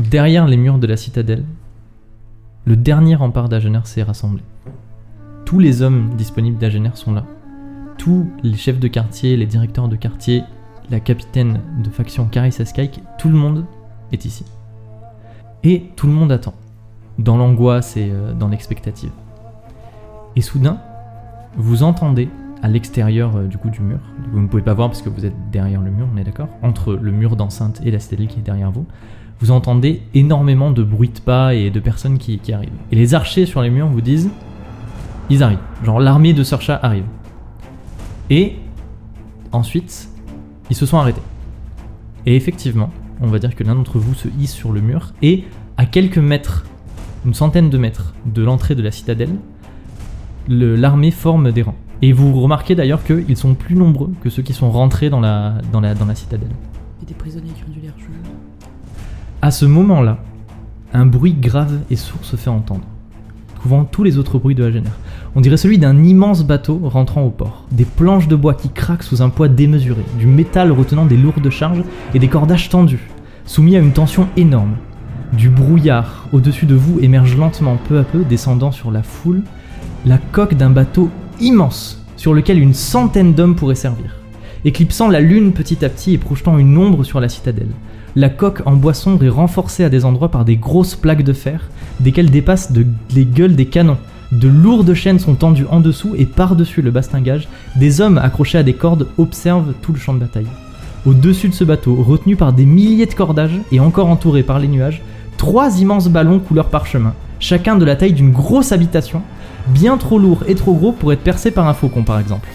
derrière les murs de la citadelle, le dernier rempart d'Agener s'est rassemblé. Tous les hommes disponibles d'Agener sont là. Tous les chefs de quartier, les directeurs de quartier, la capitaine de faction Carissa Skyke, tout le monde est ici. Et tout le monde attend, dans l'angoisse et dans l'expectative. Et soudain, vous entendez à l'extérieur du mur, vous ne pouvez pas voir parce que vous êtes derrière le mur, on est d'accord, entre le mur d'enceinte et la citadelle qui est derrière vous, vous entendez énormément de bruit de pas et de personnes qui arrivent. Et les archers sur les murs vous disent, ils arrivent, genre l'armée de Sorcha arrive. Et ensuite, ils se sont arrêtés. Et effectivement, on va dire que l'un d'entre vous se hisse sur le mur et à quelques mètres, une centaine de mètres de l'entrée de la citadelle, l'armée forme des rangs. Et vous remarquez d'ailleurs qu'ils sont plus nombreux que ceux qui sont rentrés dans la citadelle. Il y a des prisonniers qui ont dû les rejoindre. À ce moment-là, un bruit grave et sourd se fait entendre, couvrant tous les autres bruits de Agener. On dirait celui d'un immense bateau rentrant au port. Des planches de bois qui craquent sous un poids démesuré, du métal retenant des lourdes charges et des cordages tendus, soumis à une tension énorme. Du brouillard au-dessus de vous émerge lentement, peu à peu, descendant sur la foule, la coque d'un bateau immense sur lequel une centaine d'hommes pourraient servir, éclipsant la lune petit à petit et projetant une ombre sur la citadelle. La coque en bois sombre est renforcée à des endroits par des grosses plaques de fer, desquelles dépassent les gueules des canons. De lourdes chaînes sont tendues en dessous et par-dessus le bastingage, des hommes accrochés à des cordes observent tout le champ de bataille. Au-dessus de ce bateau, retenu par des milliers de cordages et encore entouré par les nuages, 3 immenses ballons couleur parchemin, chacun de la taille d'une grosse habitation, bien trop lourd et trop gros pour être percé par un faucon par exemple.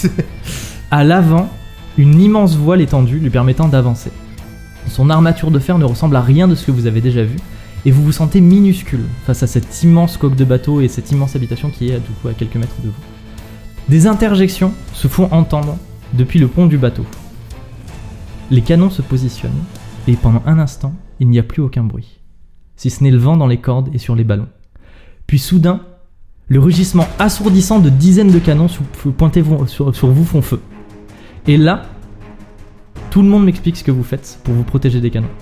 À l'avant, une immense voile étendue lui permettant d'avancer. Son armature de fer ne ressemble à rien de ce que vous avez déjà vu, et vous vous sentez minuscule face à cette immense coque de bateau et cette immense habitation qui est du coup à quelques mètres de vous. Des interjections se font entendre depuis le pont du bateau. Les canons se positionnent, et pendant un instant, il n'y a plus aucun bruit, si ce n'est le vent dans les cordes et sur les ballons. Puis soudain, le rugissement assourdissant de dizaines de canons pointés sur vous font feu. Et là, tout le monde m'explique ce que vous faites pour vous protéger des canons.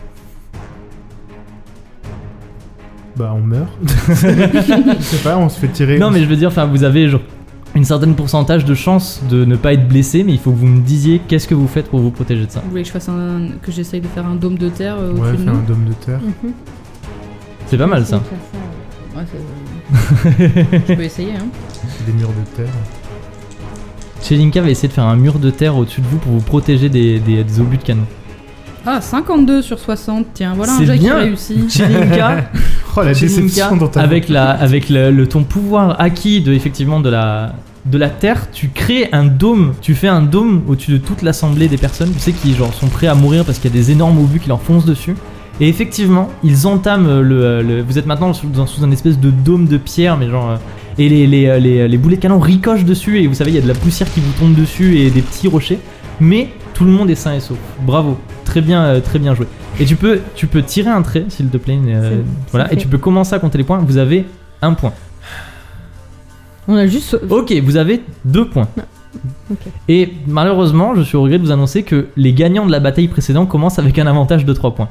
Bah on meurt. Je sais pas, on se fait tirer. Non mais je veux dire, vous avez genre une certaine pourcentage de chance de ne pas être blessé, mais il faut que vous me disiez qu'est-ce que vous faites pour vous protéger de ça. Vous voulez que je fasse que j'essaye de faire un dôme de terre au-dessus Ouais, de faire nous un dôme de terre. C'est pas mal ça. Ouais, je peux essayer hein. Des murs de terre. Chelinka va essayer de faire un mur de terre au-dessus de vous pour vous protéger des obus de canon. Ah, 52 sur 60, tiens, voilà C'est un jet qui bien. réussit. Chelinka, Oh la déception dans ta avec ton pouvoir acquis de la terre, tu crées un dôme, tu fais un dôme au-dessus de toute l'assemblée des personnes, tu sais, qui genre sont prêts à mourir parce qu'il y a des énormes obus qui leur foncent dessus. Et effectivement, ils entament vous êtes maintenant sous un espèce de dôme de pierre, mais genre et les boulets de canon ricochent dessus et vous savez, il y a de la poussière qui vous tombe dessus et des petits rochers, mais tout le monde est sain et sauf. Bravo, très bien joué. Et tu peux tirer un trait, s'il te plaît, voilà, et tu peux commencer à compter les points. Vous avez 1 point. On a juste. Ok, vous avez 2 points. Okay. Et malheureusement, je suis au regret de vous annoncer que les gagnants de la bataille précédente commencent avec un avantage de 3 points.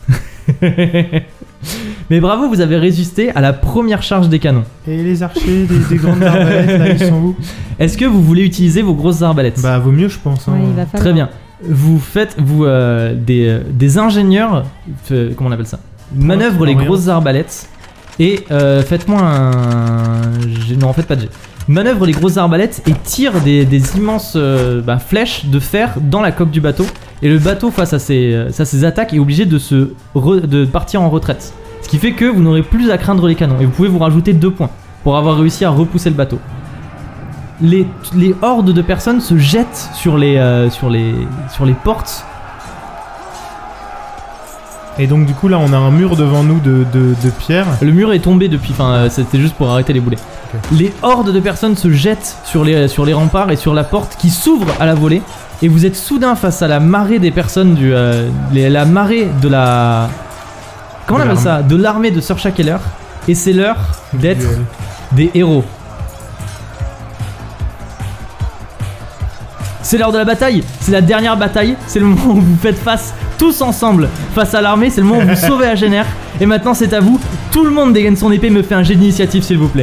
Mais bravo, vous avez résisté à la première charge des canons. Et les archers des grandes arbalètes, là, ils sont où? Est-ce que vous voulez utiliser vos grosses arbalètes? Bah vaut mieux je pense hein. Ouais, il va falloir. Très bien. Vous faites des ingénieurs, comment on appelle ça, manœuvrent les grosses arbalètes et faites-moi non, en fait pas de jet. Manœuvre les grosses arbalètes et tire des immenses flèches de fer dans la coque du bateau. Et le bateau, face à ces attaques, est obligé de partir en retraite. Ce qui fait que vous n'aurez plus à craindre les canons. Et vous pouvez vous rajouter 2 points pour avoir réussi à repousser le bateau. Les hordes de personnes se jettent sur les portes. Et donc du coup là on a un mur devant nous de pierre. Le mur est tombé depuis, c'était juste pour arrêter les boulets. Okay. Les hordes de personnes se jettent sur les remparts et sur la porte qui s'ouvre à la volée. Et vous êtes soudain face à la marée des personnes la marée de la... Comment on appelle ça? De l'armée de Sorcha Keller. Et c'est l'heure d'être des héros. C'est l'heure de la bataille, c'est la dernière bataille, c'est le moment où vous faites face tous ensemble face à l'armée, c'est le moment où vous sauvez Agener. Et maintenant c'est à vous, tout le monde dégaine son épée, me fait un jet d'initiative s'il vous plaît.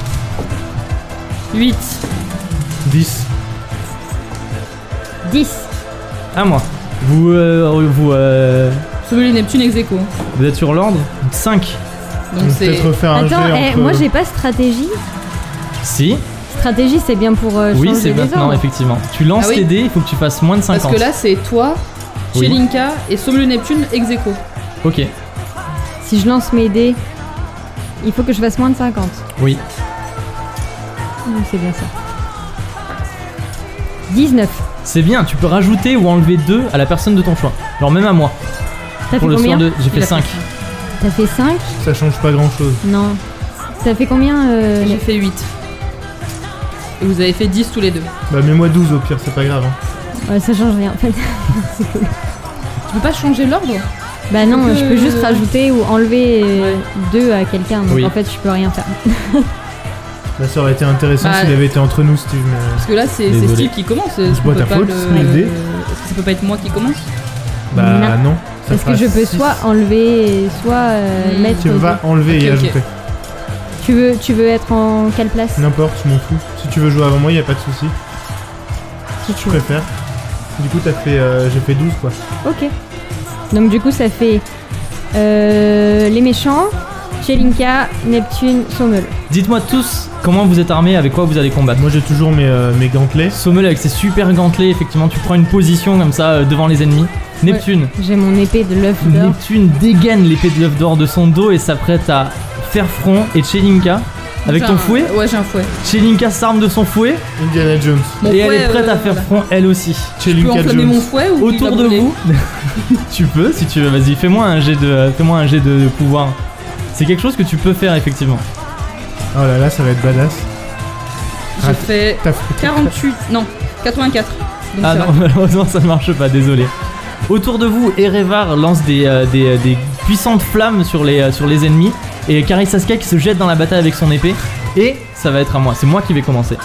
8. 10. 10. À moi. Vous Sommelier Neptune ex aequo. vous êtes sur l'ordre 5. Donc On peut c'est. peut-être refaire un Attends, jet entre... moi j'ai pas stratégie. Si, Stratégie, c'est bien pour oui changer c'est les maintenant ordres. effectivement. Tu lances Ah oui. tes dés, il faut que tu fasses moins de 50. Parce que là, c'est toi, Oui. Chelinka et Sommelier Neptune ex aequo. Ok, Si je lance mes dés, il faut que je fasse moins de 50. oui. C'est bien ça. 19. C'est bien, tu peux rajouter ou enlever 2 à la personne de ton choix. Genre même à moi. T'as fait Pour le combien sort de... J'ai fait Il a 5. T'as fait 5 Ça change pas grand-chose. Non. T'as fait combien J'ai fait 8. Et vous avez fait 10 tous les deux. Bah mets-moi 12 au pire, c'est pas grave. Hein. Ouais, ça change rien en fait. C'est cool. Tu peux pas changer l'ordre? Bah non, Donc, je peux juste rajouter ou enlever Ouais. 2 à quelqu'un. Donc Oui. en fait, je peux rien faire. Bah ça aurait été intéressant Bah, s'il avait été entre nous, Steve, mais... Parce que là, c'est Désolé. Steve qui commence. C'est pas ta faute, c'est le dé. Est-ce que ça peut pas être moi qui commence? Bah non. ça Est-ce que fera je peux 6. soit enlever, soit mettre. Tu vas enlever et Ok, ok. ajouter. Tu veux être en quelle place? N'importe, je m'en fous. Si tu veux jouer avant moi, y a pas de souci. Si Je tu veux. préfère. Du coup, t'as fait... j'ai fait 12 quoi. Ok. Donc du coup, ça fait les méchants, Chelinka, Neptune, Sommel. Dites-moi tous comment vous êtes armés, avec quoi vous allez combattre. Moi j'ai toujours mes gantelets. Sommel avec ses super gantelets, effectivement, tu prends une position comme ça devant les ennemis. Neptune. J'ai mon épée de l'œuf d'or. Neptune dégaine l'épée de l'œuf d'or de son dos et s'apprête à faire front. Et Chelinka, avec J'ai ton un- fouet, Ouais, j'ai un fouet. Chelinka s'arme de son fouet Indiana Jones. Mon et elle fouet, est prête à faire voilà. front elle aussi. Je peux Chelinka enflammer Jones. mon fouet ou il Autour va de brûler? vous, tu peux si tu veux, vas-y, fais-moi un jet de pouvoir. C'est quelque chose que tu peux faire effectivement. Oh là là, ça va être badass. J'ai fait T'as fait 48. Non, 84. Donc Ah ça non, va. malheureusement ça ne marche pas, désolé. Autour de vous, Erevar lance des puissantes flammes sur les ennemis. Et Karisaska qui se jette dans la bataille avec son épée. Et ça va être à moi, c'est moi qui vais commencer.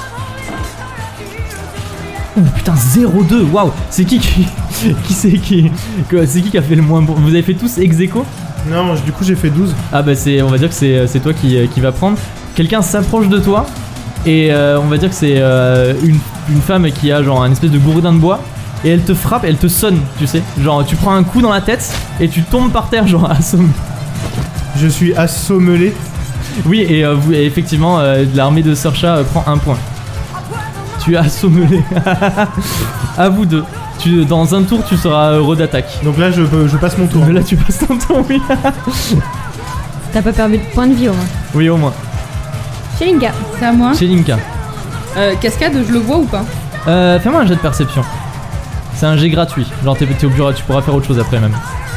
Oh putain, 0-2, waouh. C'est qui c'est qui a fait le moins bon? Vous avez fait tous ex aequo? Non, du coup j'ai fait 12. Ah bah on va dire que c'est toi qui va prendre. Quelqu'un s'approche de toi et on va dire que c'est une femme qui a genre un espèce de gourdin de bois et elle te frappe, elle te sonne, tu sais. Genre tu prends un coup dans la tête et tu tombes par terre genre assommé. Je suis assommelé. Oui et effectivement l'armée de Sorcha prend un point. Tu es assommelé. À vous deux. Dans un tour tu seras heureux d'attaque. Donc là je passe mon tour. Mais là tu passes ton tour, oui. T'as pas perdu de points de vie au moins. Oui au moins. Chelinka. C'est à moi. Chelinka. Cascade, je le vois ou pas? Fais-moi un jet de perception. C'est un jet gratuit. Genre t'es au bureau, tu pourras faire autre chose après même.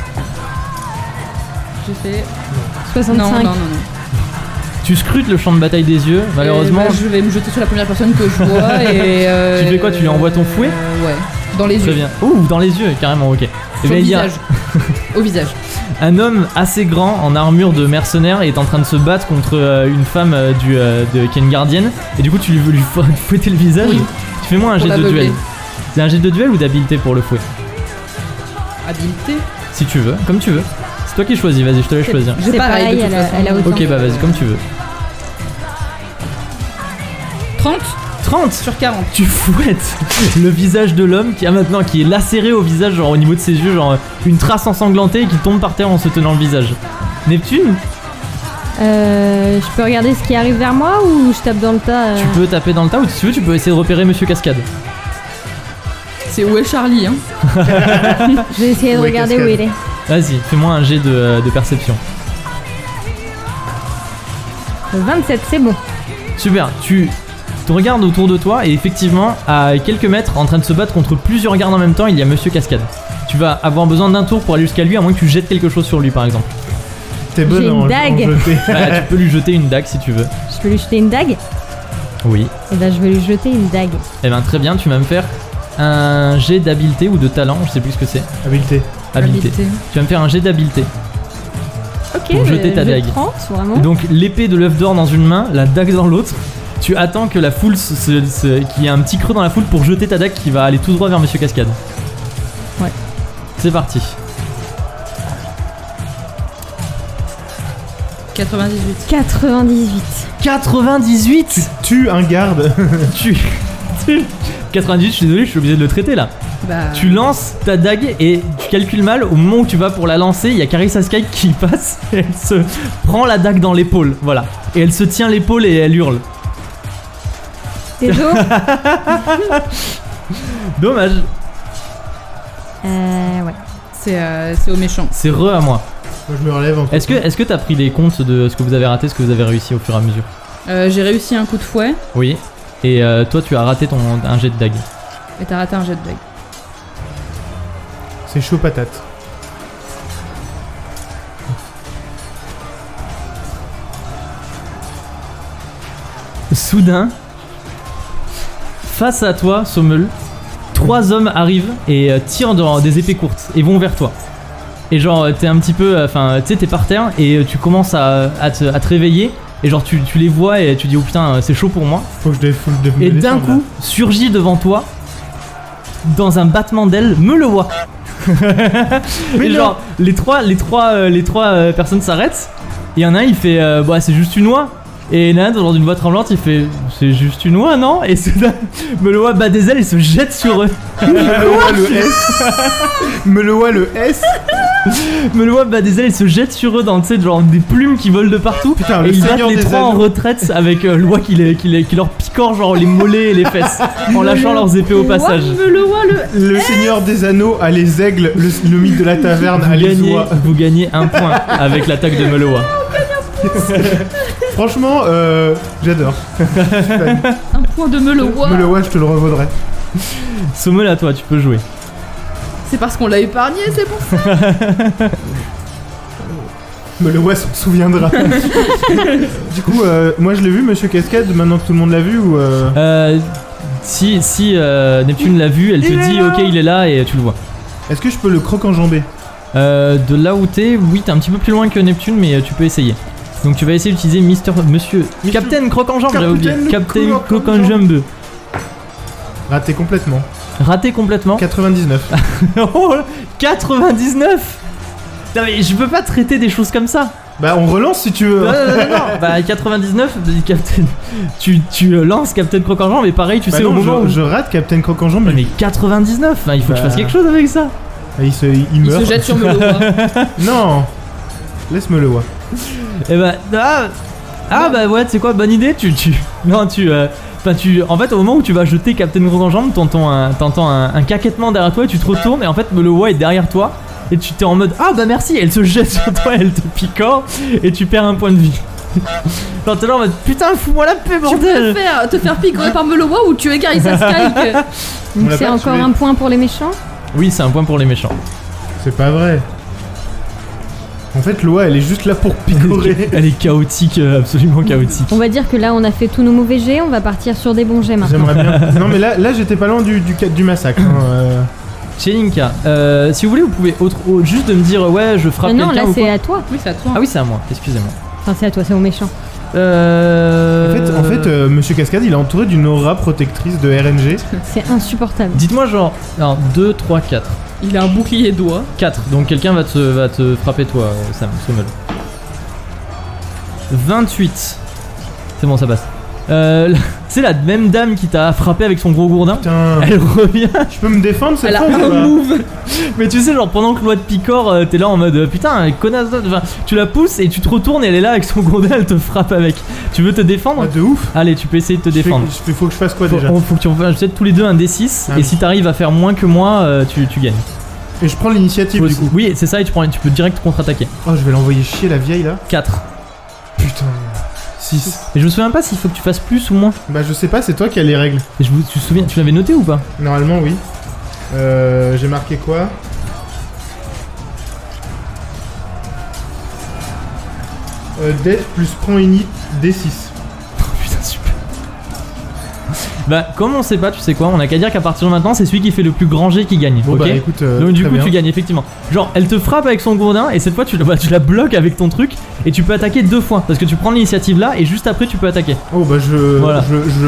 J'ai fait. 65. Non, non, non, non. Tu scrutes le champ de bataille des yeux, malheureusement. Bah, je vais me jeter sur la première personne que je vois et. Tu fais quoi, tu lui envoies ton fouet? Ouais, dans les Très yeux. bien. Ouh, dans les yeux, carrément, ok. Et Sur bien, le il y a visage. Au visage. un homme assez grand en armure de mercenaire est en train de se battre contre une femme qui est une gardienne. Et du coup, tu veux lui fouetter le visage. Oui. Tu fais-moi un Pour jet de l'aveugler. duel. C'est un jet de duel ou d'habileté pour le fouet? Habileté. Si tu veux, comme tu veux. C'est toi qui choisis, vas-y, je te laisse choisir. J'ai C'est pareil, de toute façon. elle a autant. Ok, bah vas-y, comme tu veux. 30 30 sur 40. Tu fouettes le visage de l'homme qui est lacéré au visage, genre au niveau de ses yeux, genre une trace ensanglantée et qui tombe par terre en se tenant le visage. Neptune, Je peux regarder ce qui arrive vers moi ou je tape dans le tas tu peux taper dans le tas ou si tu veux, tu peux essayer de repérer Monsieur Cascade. C'est où est Charlie, hein? Je vais essayer de Ouais, regarder cascade. où il est. Vas-y, fais-moi un jet de perception. 27, c'est bon. Super, tu te regardes autour de toi et effectivement, à quelques mètres, en train de se battre contre plusieurs gardes en même temps, il y a Monsieur Cascade. Tu vas avoir besoin d'un tour pour aller jusqu'à lui, à moins que tu jettes quelque chose sur lui par exemple. T'es bonne J'ai une en dague. jeter. Bah, tu peux lui jeter une dague si tu veux. Je peux lui jeter une dague? Oui. Et ben je vais lui jeter une dague. Eh ben très bien, tu vas me faire un jet d'habileté ou de talent, je sais plus ce que c'est. Habileté. Habileté. Tu vas me faire un jet d'habileté. Ok, Pour jeter ta j'ai dague. 30, vraiment. Donc l'épée de l'œuf d'or dans une main, la dague dans l'autre. Tu attends que la foule qu'il y ait un petit creux dans la foule pour jeter ta dague qui va aller tout droit vers Monsieur Cascade. Ouais. C'est parti. 98. 98. 98. Tu un garde. 98, je suis désolé, je suis obligé de le traiter là. Bah. Tu lances ta dague et tu calcules mal. Au moment où tu vas pour la lancer, il y a Carissa Sky qui passe et elle se prend la dague dans l'épaule. Voilà. Et elle se tient l'épaule et elle hurle. Désolé. Dommage. Ouais. C'est au méchant. C'est à moi. Moi je me relève en Est-ce que t'as pris les comptes de ce que vous avez raté, ce que vous avez réussi au fur et à mesure? J'ai réussi un coup de fouet Oui. Et toi, tu as raté un jet de dague. et t'as raté un jet de dague. C'est chaud patate. Soudain, face à toi, Sommel, 3 hommes arrivent et tirent dans des épées courtes et vont vers toi. Et genre, t'es un petit peu. Enfin, tu sais, t'es par terre et tu commences à te réveiller. Et genre, tu les vois et tu dis, oh putain, c'est chaud pour moi. Faut que je défoule de Et d'un coup, surgit devant toi, dans un battement d'ailes, Meulewa. Et genre, les trois personnes s'arrêtent. Et y en a un, il fait, bah, c'est juste une oie. Et il y en a un, dans une voix tremblante, il fait, c'est juste une oie, non? Et soudain, Meulewa bat des ailes et se jette sur eux. Meulewa le S. Meulewa le S. Meulewa bat des ailes et se jette sur eux dans, tu sais, genre des plumes qui volent de partout. Putain, et le ils battent seigneur les des trois en anneaux. retraite avec Loi qui leur picore genre les mollets et les fesses en lâchant leurs épées au passage. Le seigneur des anneaux a les aigles, le mythe de la taverne a les oies. Vous gagnez un point avec l'attaque de Meulewa. Franchement, j'adore. Un point de Meulewa. Meulewa, je te le revaudrai. Sommel, à toi, tu peux jouer. C'est parce qu'on l'a épargné, c'est pour ça. Meulewa s'en souviendra. Du coup, moi je l'ai vu, Monsieur Cascade, maintenant que tout le monde l'a vu ou Si Neptune l'a vu, elle te dit ok, il est là et tu le vois. Est-ce que je peux le croc-enjamber? De là où t'es, oui, t'es un petit peu plus loin que Neptune, mais tu peux essayer. Donc tu vas essayer d'utiliser Monsieur Captain Croc-en-Jambe, j'avais oublié. Captain Croc-en-Jambe. Raté complètement. Raté complètement. 99. Oh, 99. Non mais je peux pas traiter des choses comme ça. Bah on relance si tu veux. Non. Bah 99, Captain. Tu lances Captain Croc-en-Jambe, mais pareil, tu Bah sais non, au moment où... je rate Captain Croc-en-Jambe. Mais 99, il faut que je fasse quelque chose avec ça. Il Il meurt. se jette sur Meulewa. Non. Laisse-moi le voir. Et bah bah ouais, tu sais quoi, bonne idée. En fait, au moment où tu vas jeter Captain Croc-en-Jambe, t'entends un caquettement derrière toi et tu te retournes et en fait Meulewa est derrière toi et tu t'es en mode ah bah merci, elle se jette sur toi, elle te picore et tu perds un point de vie. Genre t'es là en mode putain, fous-moi la paix, Tu bordel. préfères te faire picorer par Meulewa ou tuer Carissa Sky On Donc l'a c'est pas encore tué. un point pour les méchants. Oui, c'est un point pour les méchants. C'est pas vrai. En fait, Loa, elle est juste là pour picorer. Elle est chaotique, absolument chaotique. On va dire que là on a fait tous nos mauvais jets, on va partir sur des bons jets maintenant. J'aimerais bien. Non mais là j'étais pas loin du massacre. Hein, Chelinka, si vous voulez, vous pouvez juste de me dire ouais, je frappe Non, quelqu'un là ou c'est quoi. à toi. Oui, c'est à toi. Ah oui, c'est à moi, excusez-moi. Enfin c'est à toi, c'est aux méchants. En fait, Monsieur Cascade, il est entouré d'une aura protectrice de RNG. C'est insupportable. Dites-moi genre, alors 2, 3, 4. Il a un bouclier doigt. 4, donc quelqu'un va te frapper toi, Sam, Sommel. 28. C'est bon, ça passe. C'est la même dame qui t'a frappé avec son gros gourdin. Putain. Elle revient. Je peux me défendre cette Elle a fois ou un pas move. Mais tu sais, genre pendant que Loi de picore, t'es là en mode putain, connasse. Enfin, tu la pousses et tu te retournes et elle est là avec son gourdin, elle te frappe avec. Tu veux te défendre? Ah, de ouf. Allez, tu peux essayer de te défendre. Faut que je fasse quoi Faut déjà? que tu fasses tous les deux un D6 Ah et oui. si t'arrives à faire moins que moi, tu gagnes. Et je prends l'initiative du coup. Oui, c'est ça, et tu peux direct contre-attaquer. Oh, je vais l'envoyer chier la vieille là. 4. Putain. 6. Et je me souviens pas s'il faut que tu fasses plus ou moins. Bah je sais pas, c'est toi qui as les règles. Et tu te souviens, tu l'avais noté ou pas? Normalement oui. J'ai marqué quoi? Death plus prend init D6. Oh putain, super. Bah, comme on sait pas, tu sais quoi, on a qu'à dire qu'à partir de maintenant, c'est celui qui fait le plus grand jet qui gagne. Bon ok bah écoute, Donc du très coup bien. tu gagnes effectivement. Genre elle te frappe avec son gourdin et cette fois tu la bloques avec ton truc et tu peux attaquer 2 fois parce que tu prends l'initiative là et juste après tu peux attaquer. Oh bah Voilà.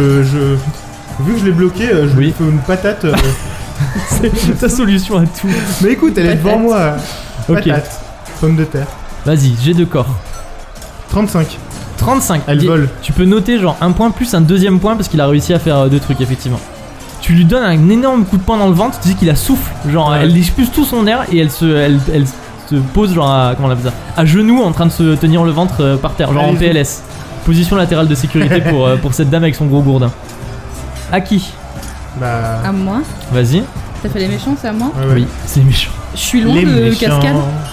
Vu que je l'ai bloqué, je Oui. lui fais une patate. C'est ta solution à tout. Mais écoute, elle est devant moi. Ok, Patate. Pomme de terre. vas-y, jet de corps. 35. 35. Elle Dis- vole. Tu peux noter genre un point plus un deuxième point parce qu'il a réussi à faire 2 trucs effectivement. Tu lui donnes un énorme coup de poing dans le ventre, tu dis qu'il a souffle, genre Ouais. elle expulse tout son air et elle se pose genre à, comment on appelle ça, à genoux en train de se tenir le ventre par terre, genre en Allez-y. PLS. Position latérale de sécurité pour cette dame avec son gros gourdin. À qui? Bah. À moi. Vas-y. T'as fait les méchants, c'est à moi. Ouais, ouais. Oui, c'est méchant. Je suis loin Les de méchants. cascade.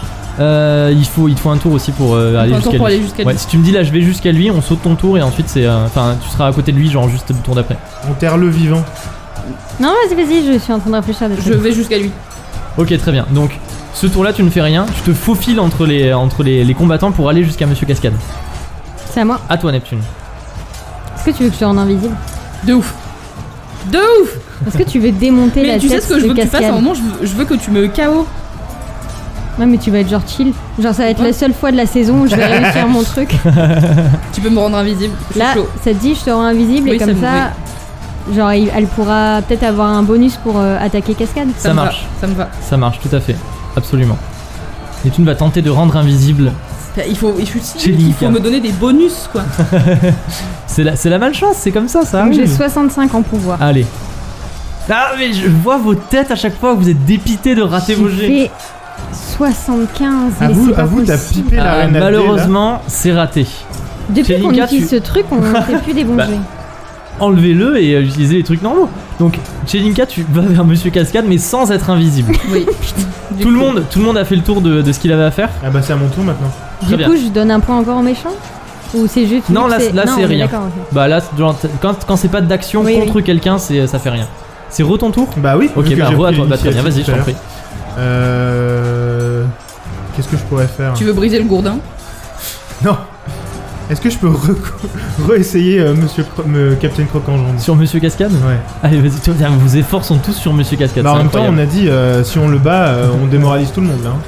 Il te faut un tour aussi pour aller un tour jusqu'à pour lui. aller jusqu'à lui. Ouais, si tu me dis là je vais jusqu'à lui, on saute ton tour et ensuite c'est enfin tu seras à côté de lui genre juste le tour d'après. On terre le vivant. Non, vas-y, je suis en train de réfléchir à des Je trucs. vais jusqu'à lui. Ok, très bien. Donc ce tour là tu ne fais rien, tu te faufiles entre les combattants pour aller jusqu'à Monsieur Cascade. C'est à moi. À toi Neptune. Est-ce que tu veux que je te rende invisible? De ouf. De ouf. Est-ce que tu veux démonter la Mais tu sais tête ce que je de veux que tu fasses à un Cascade? moment, je veux que tu me KO. Non, mais tu vas être genre chill. Genre, ça va être la seule fois de la saison où je vais réussir mon truc. Tu peux me rendre invisible. Je suis Là, chaud. ça te dit, je te rends invisible Oui, et ça comme me- ça, genre, elle pourra peut-être avoir un bonus pour attaquer Cascade. Ça me marche. va, ça me va. Ça marche tout à fait. Absolument. Neptune va tenter de rendre invisible. Il faut Chelinka. me donner des bonus quoi. C'est la malchance, c'est comme ça Donc j'ai arrive. 65 en pouvoir. Allez. Ah mais je vois vos têtes à chaque fois que vous êtes dépités de rater vos jets. J'ai fait 75, mais Avoue, c'est pas t'as possible. pipé la reine Abdé, là. Malheureusement, c'est raté. Depuis qu'on Chelinka, utilise tu- ce truc, on ne fait plus des bons Bah, jets. Enlevez-le et utilisez les trucs normaux. Donc, Chelinka, tu vas vers Monsieur Cascade mais sans être invisible. Oui. Tout le monde a fait le tour de ce qu'il avait à faire. Ah bah c'est à mon tour maintenant. Très Du bien. coup, je donne un point encore au méchant? Ou c'est juste. Non, vu que là, Non, c'est on est rien. D'accord, ok. Bah là, genre, quand c'est pas d'action Oui, contre quelqu'un, ça fait rien. C'est ton tour. Bah oui. Ok, vu que bah j'ai re à pris toi. Bah très bien, vas-y, l'initiative je t'en tout prie. à l'heure. Qu'est-ce que je pourrais faire? Tu veux briser le gourdin? Non. Est-ce que je peux re-essayer Captain Croc-en-Jambe? Sur Monsieur Cascade. Ouais. Allez, vas-y, vos efforts sont tous sur Monsieur Cascade. Bah en c'est même temps, incroyable. on a dit si on le bat, on démoralise tout le monde là. hein.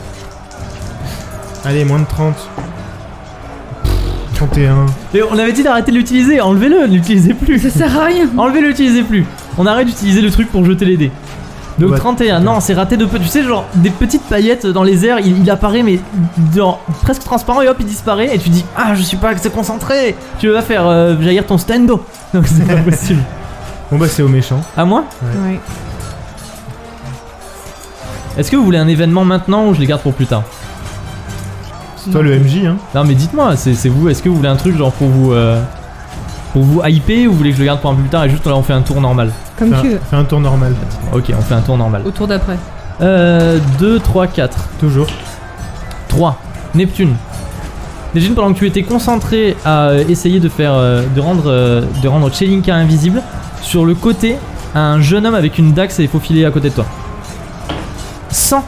Allez, moins de 30. 31. Mais on avait dit d'arrêter de l'utiliser, enlevez-le, n'utilisez plus. Ça sert à rien. Enlevez-le, n'utilisez plus. On arrête d'utiliser le truc pour jeter les dés. Donc Ouais. 31, non, c'est raté de peu. Tu sais, genre des petites paillettes dans les airs, il apparaît, mais genre, presque transparent et hop, il disparaît. Et tu dis, ah, je suis pas assez concentré. Tu vas faire jaillir ton stand-up. Donc c'est pas possible. Bon bah c'est au méchant. À moi? Ouais. Est-ce que vous voulez un événement maintenant ou je les garde pour plus tard? C'est toi le MJ hein. Non, mais dites-moi, c'est vous. Est-ce que vous voulez un truc genre pour vous hyper ou vous voulez que je le garde pour un peu plus tard et juste là on fait un tour normal? Comme tu veux. Fais un tour normal. Ok, on fait un tour normal. Au tour d'après. 2, 3, 4. Toujours. 3. Neptune. Neptune, pendant que tu étais concentré à essayer de rendre Chelinka invisible, sur le côté, un jeune homme avec une dague s'est faufilé à côté de toi. 100.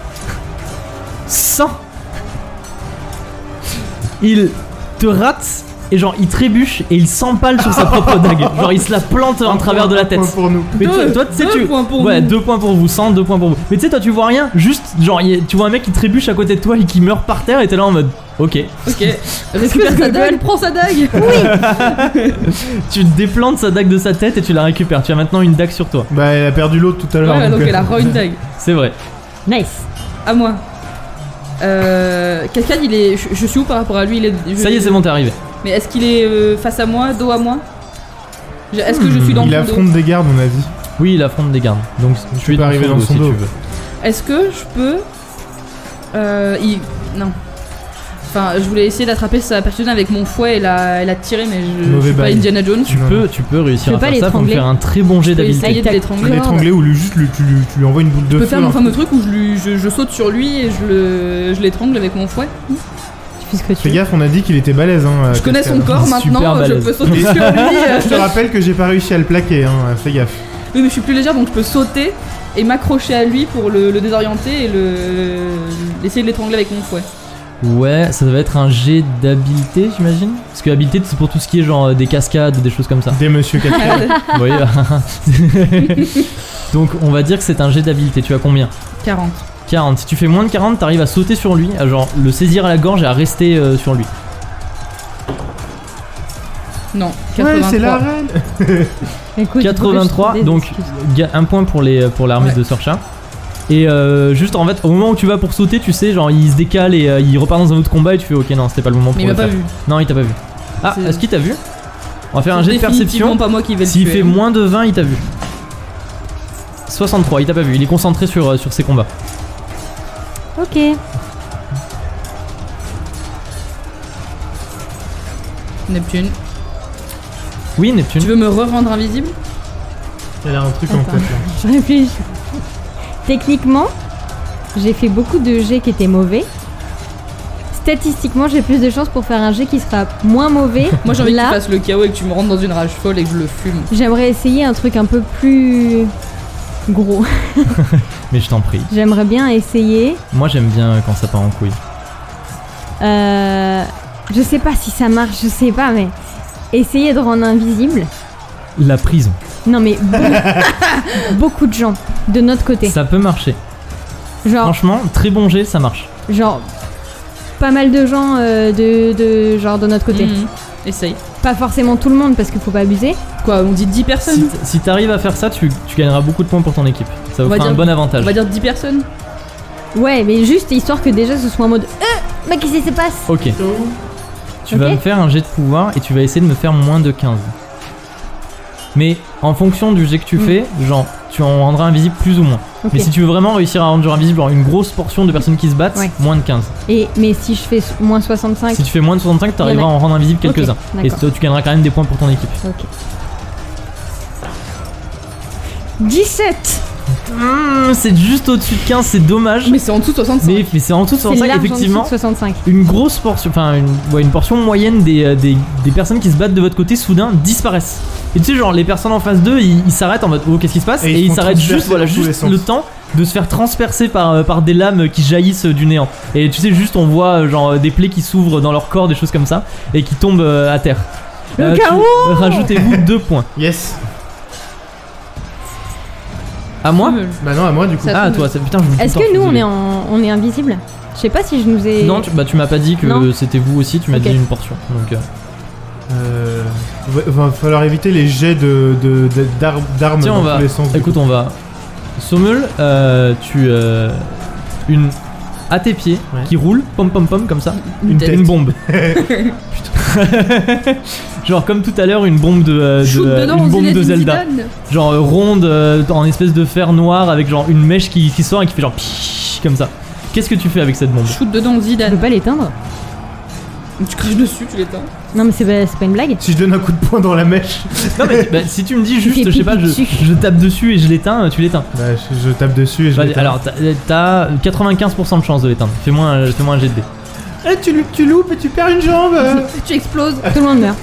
Il te rate et genre il trébuche et il s'empale sur sa propre dague. Genre il se la plante en travers de la tête. Un point pour nous. Mais toi, tu sais, 2 points pour ouais, nous. 2 points pour vous, 100, 2 points pour vous. Mais tu sais, toi, tu vois rien, juste, genre, tu vois un mec qui trébuche à côté de toi et qui meurt par terre et t'es là en mode, ok. Ok. Récupère sa dague, prends sa dague. Tu déplantes sa dague de sa tête et tu la récupères. Tu as maintenant une dague sur toi. Bah elle a perdu l'autre tout à l'heure. Ouais, donc elle a re une dague. C'est vrai. Nice. À moi. Cascade, il est. Je suis où par rapport à lui? Ça y est, c'est bon, t'es arrivé. Mais est-ce qu'il est face à moi, dos à moi? Est-ce que je suis dans Il son dos? affronte des gardes on a dit. Oui, il affronte des gardes. Donc, tu es peux arriver dans son si dos. tu veux. Est-ce que je peux. Non. Enfin, je voulais essayer d'attraper sa personne avec mon fouet et la tirer, mais je Mauvais suis pas bail. Indiana Jones. Tu peux réussir Tu à peux faire pas ça pour me l'étrangler. faire un très bon jet Je peux d'habileté. essayer de l'étrangler. L'étrangler ou tu lui envoies une boule de Je peux feu. faire mon là. fameux truc où je saute sur lui et je l'étrangle avec mon fouet. Tu fais ce que tu Fais veux. gaffe, on a dit qu'il était balèze hein. Je connais son Cascade. corps Super maintenant, je balèze. peux sauter Et- sur lui. Je te rappelle que j'ai pas réussi à le plaquer hein. Fais gaffe. Oui, mais je suis plus légère donc je peux sauter et m'accrocher à lui pour le désorienter et essayer de l'étrangler avec mon fouet. Ouais, ça va être un jet d'habileté, j'imagine. Parce que habileté, c'est pour tout ce qui est genre des cascades, des choses comme ça. Des monsieur cascade. Vous voyez. Donc on va dire que c'est un jet d'habileté. Tu as combien? 40. 40. Si tu fais moins de 40, t'arrives à sauter sur lui, à genre le saisir à la gorge et à rester sur lui. Non, Ouais, 83. c'est la reine. Écoute, 83, il faut que je trouve des donc excuses. un point pour l'armée Ouais. de Sorcha. Et juste en fait, au moment où tu vas pour sauter, tu sais, genre il se décale et il repart dans un autre combat et tu fais ok, non, c'était pas le moment pour Mais il le m'a pas faire. vu. Non, il t'a pas vu. Ah, C'est- est-ce qu'il t'a vu? On va faire un C'est jet de définitivement perception. pas moi qui vais le S'il tuer. fait moins de 20, il t'a vu. 63, il t'a pas vu. Il est concentré sur ses combats. Ok. Neptune. Oui, Neptune. Tu veux me re-rendre invisible? Elle a un truc en Attends. tête là. Je réfléchis. Techniquement, j'ai fait beaucoup de jets qui étaient mauvais. Statistiquement, j'ai plus de chances pour faire un jet qui sera moins mauvais. Moi j'ai envie que tu Là, fasses le chaos et que tu me rentres dans une rage folle et que je le fume. j'aimerais essayer un truc un peu plus gros. Mais je t'en prie. J'aimerais bien essayer. Moi j'aime bien quand ça part en couille. Je sais pas si ça marche, je sais pas, mais essayer de rendre invisible. La prison. Non mais beaucoup de gens de notre côté. Ça peut marcher. Genre, Franchement, très bon jet, ça marche. pas mal de gens de notre côté. Mhm. Essaye. Pas forcément tout le monde parce qu'il faut pas abuser. Quoi, on dit 10 personnes? Si t'arrives à faire ça, tu gagneras beaucoup de points pour ton équipe. Ça vous On va fera un dire- bon On avantage. va dire 10 personnes? Ouais, mais juste histoire que déjà ce soit en mode mais qu'est-ce qui se passe? Ok. Tu vas Ok. me faire un jet de pouvoir et tu vas essayer de me faire moins de 15. Mais en fonction du jet que tu fais, genre, tu en rendras invisible plus ou moins. Ok. Mais si tu veux vraiment réussir à rendre genre invisible genre une grosse portion de personnes qui se battent, Ouais. moins de 15. Mais si je fais moins 65, Si tu fais moins de 65, tu arriveras à en rendre invisible quelques-uns. Ok, Et d'accord. tu gagneras quand même des points pour ton équipe. Ok. 17. C'est juste au-dessus de 15, c'est dommage. Mais c'est en dessous de 65. Mais c'est en dessous de C'est 65, large en dessous effectivement. de 65. Une grosse portion, enfin une portion moyenne des personnes qui se battent de votre côté soudain disparaissent. Et tu sais, genre les personnes en face d'eux, ils s'arrêtent en mode oh, qu'est-ce qui se passe? Et Et ils ils font s'arrêtent transpercer juste, voilà, dans tous les juste sens. le temps de se faire transpercer par des lames qui jaillissent du néant. Et tu sais, juste on voit genre des plaies qui s'ouvrent dans leur corps, des choses comme ça, et qui tombent à terre. Le chaos. Rajoutez-vous 2 points. Yes. À moi? Bah non, à moi du coup. Ça- Ah, toi, ça, putain, je vous Est-ce que nous on est invisible? Je sais pas si je nous ai. Non, tu m'as pas dit que Non. c'était vous aussi, tu m'as Ok. dit une portion. Donc, Va falloir éviter les jets d'armes tiens, on dans va. tous les sens. du Écoute, coup. on va. Sommel, tu. Une. À tes pieds, Ouais. qui roule, pom pom pom, comme ça. Une T'as tête. une bombe. Putain. Genre, comme tout à l'heure, une bombe Shoot dedans, une bombe de Zinedine Zelda. Zidane. Genre ronde, en espèce de fer noir, avec genre une mèche qui sort et qui fait genre. Pshhh, comme ça. Qu'est-ce que tu fais avec cette bombe? Shoot dedans, Je peux Zidane. pas l'éteindre. Tu craches dessus, tu l'éteins. Non mais c'est pas une blague. Si je donne un coup de poing dans la mèche, Non, mais bah, si tu me dis juste, fais je sais pas, pipi dessus. je tape dessus et je l'éteins, tu l'éteins. bah, je tape dessus et je Vas-y, l'éteins. alors, t'as 95% de chance de l'éteindre. Fais-moi un jet de dés. Eh, tu loupes et tu perds une jambe. Tu exploses. Tout le monde meurt.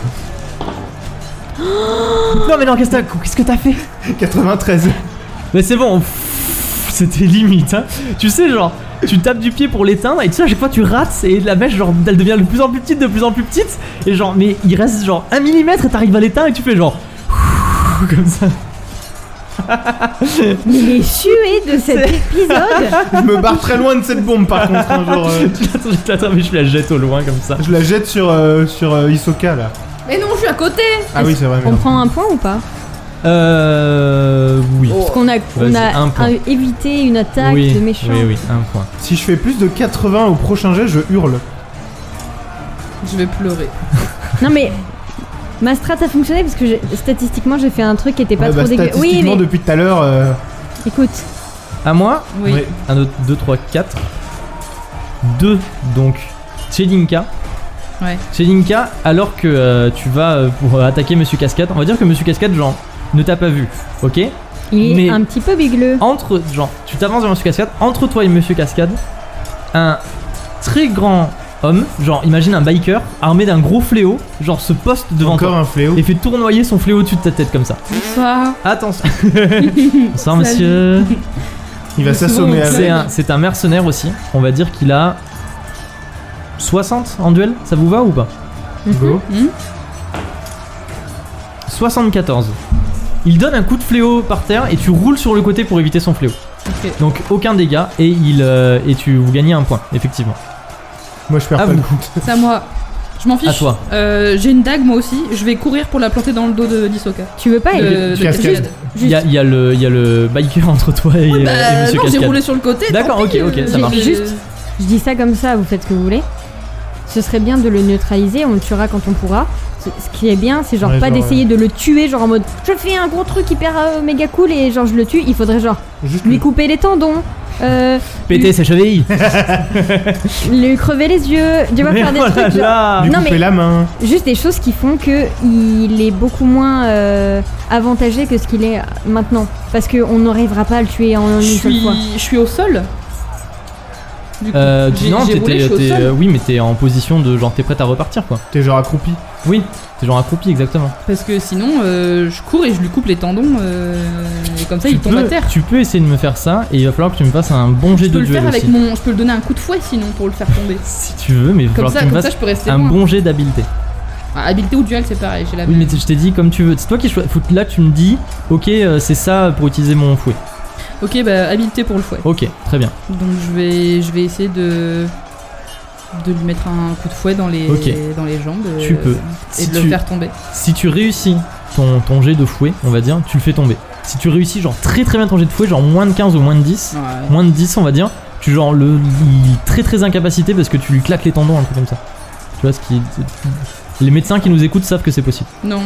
Non, mais non, qu'est-ce que t'as fait? 93. Mais c'est bon, c'était limite, hein. Tu sais, genre, tu tapes du pied pour l'éteindre et tu sais, à chaque fois tu rates et la mèche, genre, elle devient de plus en plus petite, de plus en plus petite. Et genre, mais il reste genre 1 mm et t'arrives à l'éteindre et tu fais genre. Comme ça. Mais les suées de cet épisode. Je me barre très loin de cette bombe par contre. Hein, genre, Je l'attrape et je la jette au loin comme ça. je la jette sur Hisoka là. Mais non, je suis à côté. Ah oui, c'est vrai. mais On non. prend un point ou pas? Oui. Oh. Parce qu'on a, Vas-y, un point. évité une attaque Oui, de méchants. oui, un point. Si je fais plus de 80 au prochain jet, je hurle. Je vais pleurer. Non mais ma strat a fonctionné parce que statistiquement j'ai fait un truc qui était pas Ouais, trop bah, dégueu. Oui statistiquement, mais depuis tout à l'heure. écoute, À moi, Oui. ouais. 1, 2, 3, 4. 2, donc, Chelinka. Ouais. Chelinka, alors que tu vas pour attaquer Monsieur Cascade, on va dire que Monsieur Cascade, genre, ne t'a pas vu, ok? il est Mais- un petit peu bigleux. Entre, genre, tu t'avances vers Monsieur Cascade, entre toi et Monsieur Cascade, un très grand homme, genre, imagine un biker, armé d'un gros fléau, genre, se poste devant Encore toi. un fléau. Et fait tournoyer son fléau au-dessus de ta tête comme ça. Bonsoir. Attention. Bonsoir monsieur. Il va s'assommer souvent, avec. C'est un mercenaire aussi. On va dire qu'il a 60 en duel, ça vous va ou pas? Go. 74. Il donne un coup de fléau par terre et tu roules sur le côté pour éviter son fléau. Ok. Donc aucun dégât et vous gagnez un point, effectivement. Moi je perds À pas vous. le compte. C'est à moi. Je m'en fiche. À toi. J'ai une dague moi aussi. Je vais courir pour la planter dans le dos de d'Hisoka. Tu veux pas De Cascade. Il y a le biker entre toi et, Oui, et Monsieur non, j'ai Cascade. roulé sur le côté. D'accord, tant pis, ok, ça j'ai- marche. Juste. Je dis ça comme ça, vous faites ce que vous voulez. Ce serait bien de le neutraliser, on le tuera quand on pourra. Ce qui est bien, c'est genre Ouais, pas genre, d'essayer de le tuer, genre en mode je fais un gros truc hyper méga cool et genre je le tue. Il faudrait genre Juste lui couper les tendons, Péter ses chevilles. lui crever les yeux, tu vas Mais faire des oh là trucs genre- là. lui Non, couper mais- la main. juste des choses qui font que il est beaucoup moins avantagé que ce qu'il est maintenant. Parce qu'on n'arrivera pas à le tuer en une seule fois. Je suis au sol. Du coup, Non, j'ai roulé, je suis au sol. oui, mais t'es en position de genre t'es prête à repartir quoi. T'es genre accroupi. Oui, t'es genre accroupi exactement. Parce que sinon, je cours et je lui coupe les tendons. Et comme ça, il tombe à terre. Tu peux essayer de me faire ça et il va falloir que tu me fasses un bon jet Je de peux le duel faire avec aussi. mon. Je peux le donner un coup de fouet sinon pour le faire tomber. Si tu veux, mais il va Comme falloir ça, que tu me comme ça, fasses je peux rester un loin. bon jet d'habileté. Ah, habileté ou duel, c'est pareil. J'ai la Oui, même. mais je t'ai dit comme tu veux. C'est toi qui choisis. Là, tu me dis, ok, c'est ça pour utiliser mon fouet. Ok, bah habileté pour le fouet. Ok, très bien. Donc je vais essayer de lui mettre un coup de fouet dans les Ok. dans les jambes. Tu peux. Et Si de le tu- faire tomber. Si tu réussis ton jet de fouet, on va dire, tu le fais tomber. Si tu réussis genre très très bien ton jet de fouet, genre moins de 15 ou moins de 10, Ouais. moins de 10 on va dire, tu genre il est très très incapacité parce que tu lui claques les tendons, un truc comme ça. Tu vois ce qui... Les médecins qui nous écoutent savent que c'est possible. Non.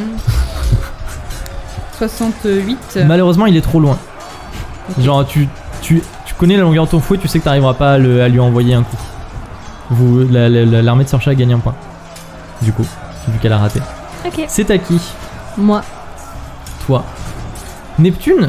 68. Malheureusement il est trop loin. Genre tu connais la longueur de ton fouet, tu sais que t'arriveras pas à lui envoyer un coup. L'armée de Sorcha gagne un point. Du coup, vu qu'elle a raté. Ok. C'est à qui? Moi. Toi. Neptune,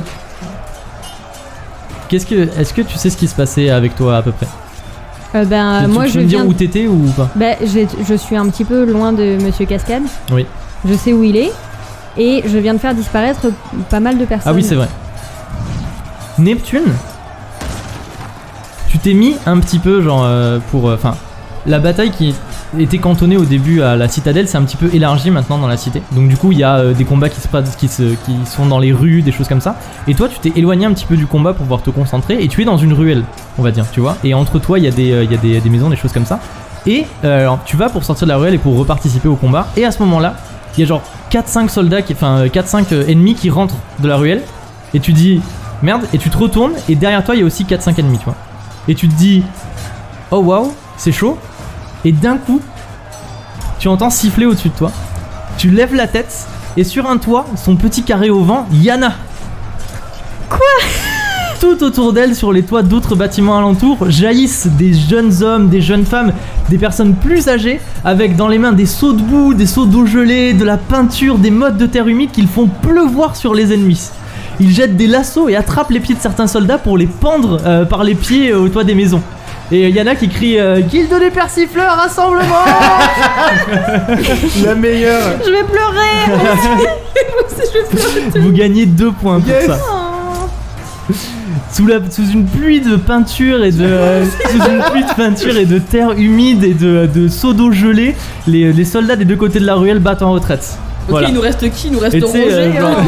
est-ce que tu sais ce qui se passait avec toi à peu près? Moi tu je peux me dire viens. où t'étais ou pas? Je suis un petit peu loin de Monsieur Cascade. Oui. Je sais où il est. Et je viens de faire disparaître pas mal de personnes. Ah oui, c'est vrai. Neptune, tu t'es mis un petit peu genre pour... Enfin, la bataille qui était cantonnée au début à la citadelle s'est un petit peu élargie maintenant dans la cité. Donc du coup, il y a des combats qui sont dans les rues, des choses comme ça. Et toi, tu t'es éloigné un petit peu du combat pour pouvoir te concentrer. Et tu es dans une ruelle, on va dire, tu vois. Et entre toi, il y a des maisons, des choses comme ça. Et alors, tu vas pour sortir de la ruelle et pour reparticiper au combat. Et à ce moment-là, il y a genre 4-5 soldats, 4-5 ennemis qui rentrent de la ruelle. Et tu dis... Merde, et tu te retournes et derrière toi il y a aussi 4-5 ennemis, tu vois. Et tu te dis, oh waouh, c'est chaud. Et d'un coup, tu entends siffler au-dessus de toi. Tu lèves la tête et sur un toit, son petit carré au vent, Yana. Quoi? Tout autour d'elle, sur les toits d'autres bâtiments alentours, jaillissent des jeunes hommes, des jeunes femmes, des personnes plus âgées, avec dans les mains des seaux de boue, des seaux d'eau gelée, de la peinture, des mottes de terre humide qu'ils font pleuvoir sur les ennemis. Ils jettent des lassos et attrapent les pieds de certains soldats pour les pendre par les pieds au toit des maisons. Et Yana qui crie Guilde des persifleurs, rassemblement. La meilleure. Je vais pleurer. Vous gagnez 2 points pour Yes. ça. Sous une pluie de peinture et de terre humide et de seaux d'eau gelée, les soldats des deux côtés de la ruelle battent en retraite. Ok, Voilà. il nous reste qui? Il nous reste Et tu sais, Roger. genre-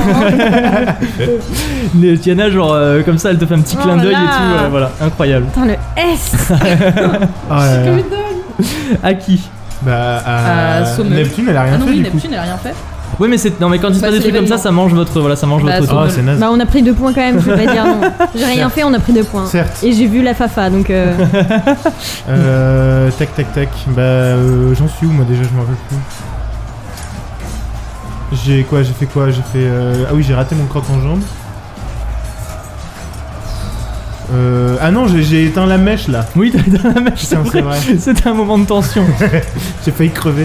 Tiana, genre comme ça, elle te fait un petit Oh clin d'œil et là. tout. Voilà, incroyable. Putain, le S. Oh là là. À qui? Bah, À Sommel. Neptune, elle a rien Ah non, fait oui, du coup. Neptune, elle a rien fait. Oui, mais c'est non, mais quand il se Bah, passe des c'est trucs comme ça, l'événement. ça mange votre Bah, votre Sommel. Oh, truc. c'est naze. Bah, on a pris 2 points quand même, je vais pas dire non. J'ai rien fait, on a pris 2 points. Certes. Et j'ai vu la Fafa, donc Tac tac tac. Bah, j'en suis où moi déjà, je m'en rappelle plus. J'ai fait quoi? Ah oui, j'ai raté mon croc en jambe. Ah non, j'ai éteint la mèche là. Oui, t'as dans la mèche, c'est Putain, c'est vrai. vrai. C'était un moment de tension. J'ai failli crever.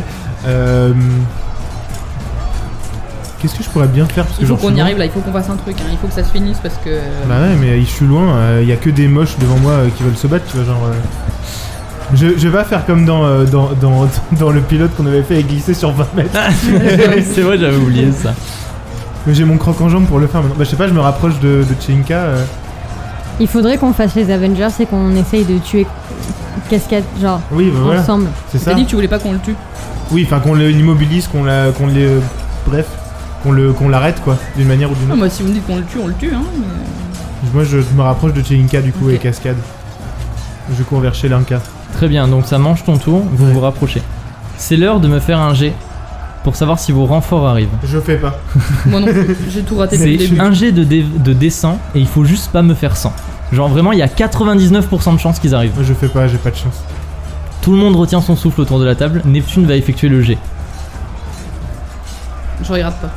Qu'est-ce que je pourrais bien faire parce que Il faut j'en suis qu'on y loin. arrive là, il faut qu'on fasse un truc, hein. Il faut que ça se finisse parce que. Bah ouais, mais je suis loin, il y a que des moches devant moi qui veulent se battre, tu vois, genre... Je vais pas faire comme dans le pilote qu'on avait fait et glisser sur 20 mètres. C'est vrai, j'avais oublié ça. Mais j'ai mon croc en jambe pour le faire maintenant. Bah je sais pas, je me rapproche de Tchenka. il faudrait qu'on fasse les Avengers et qu'on essaye de tuer cascade, genre, Oui, bah voilà, ensemble. c'est ça. T'as dit que tu voulais pas qu'on le tue. Oui, enfin qu'on l'immobilise, bref, qu'on l'arrête quoi, d'une manière ou d'une Ah, autre. moi, si vous me dites qu'on le tue, on le tue, hein. Mais... Moi je me rapproche de Chelinka du coup Ok. et cascade. Je cours vers Chelinka. Très bien, donc ça mange ton tour, vous vous rapprochez. C'est l'heure de me faire un jet pour savoir si vos renforts arrivent. Je fais pas. Moi non plus, j'ai tout raté depuis le C'est début. un jet de dessin et il faut juste pas me faire 100. Genre vraiment, il y a 99% de chances qu'ils arrivent. Moi je fais pas, j'ai pas de chance. Tout le monde retient son souffle autour de la table. Neptune va effectuer le jet. Je regarde pas.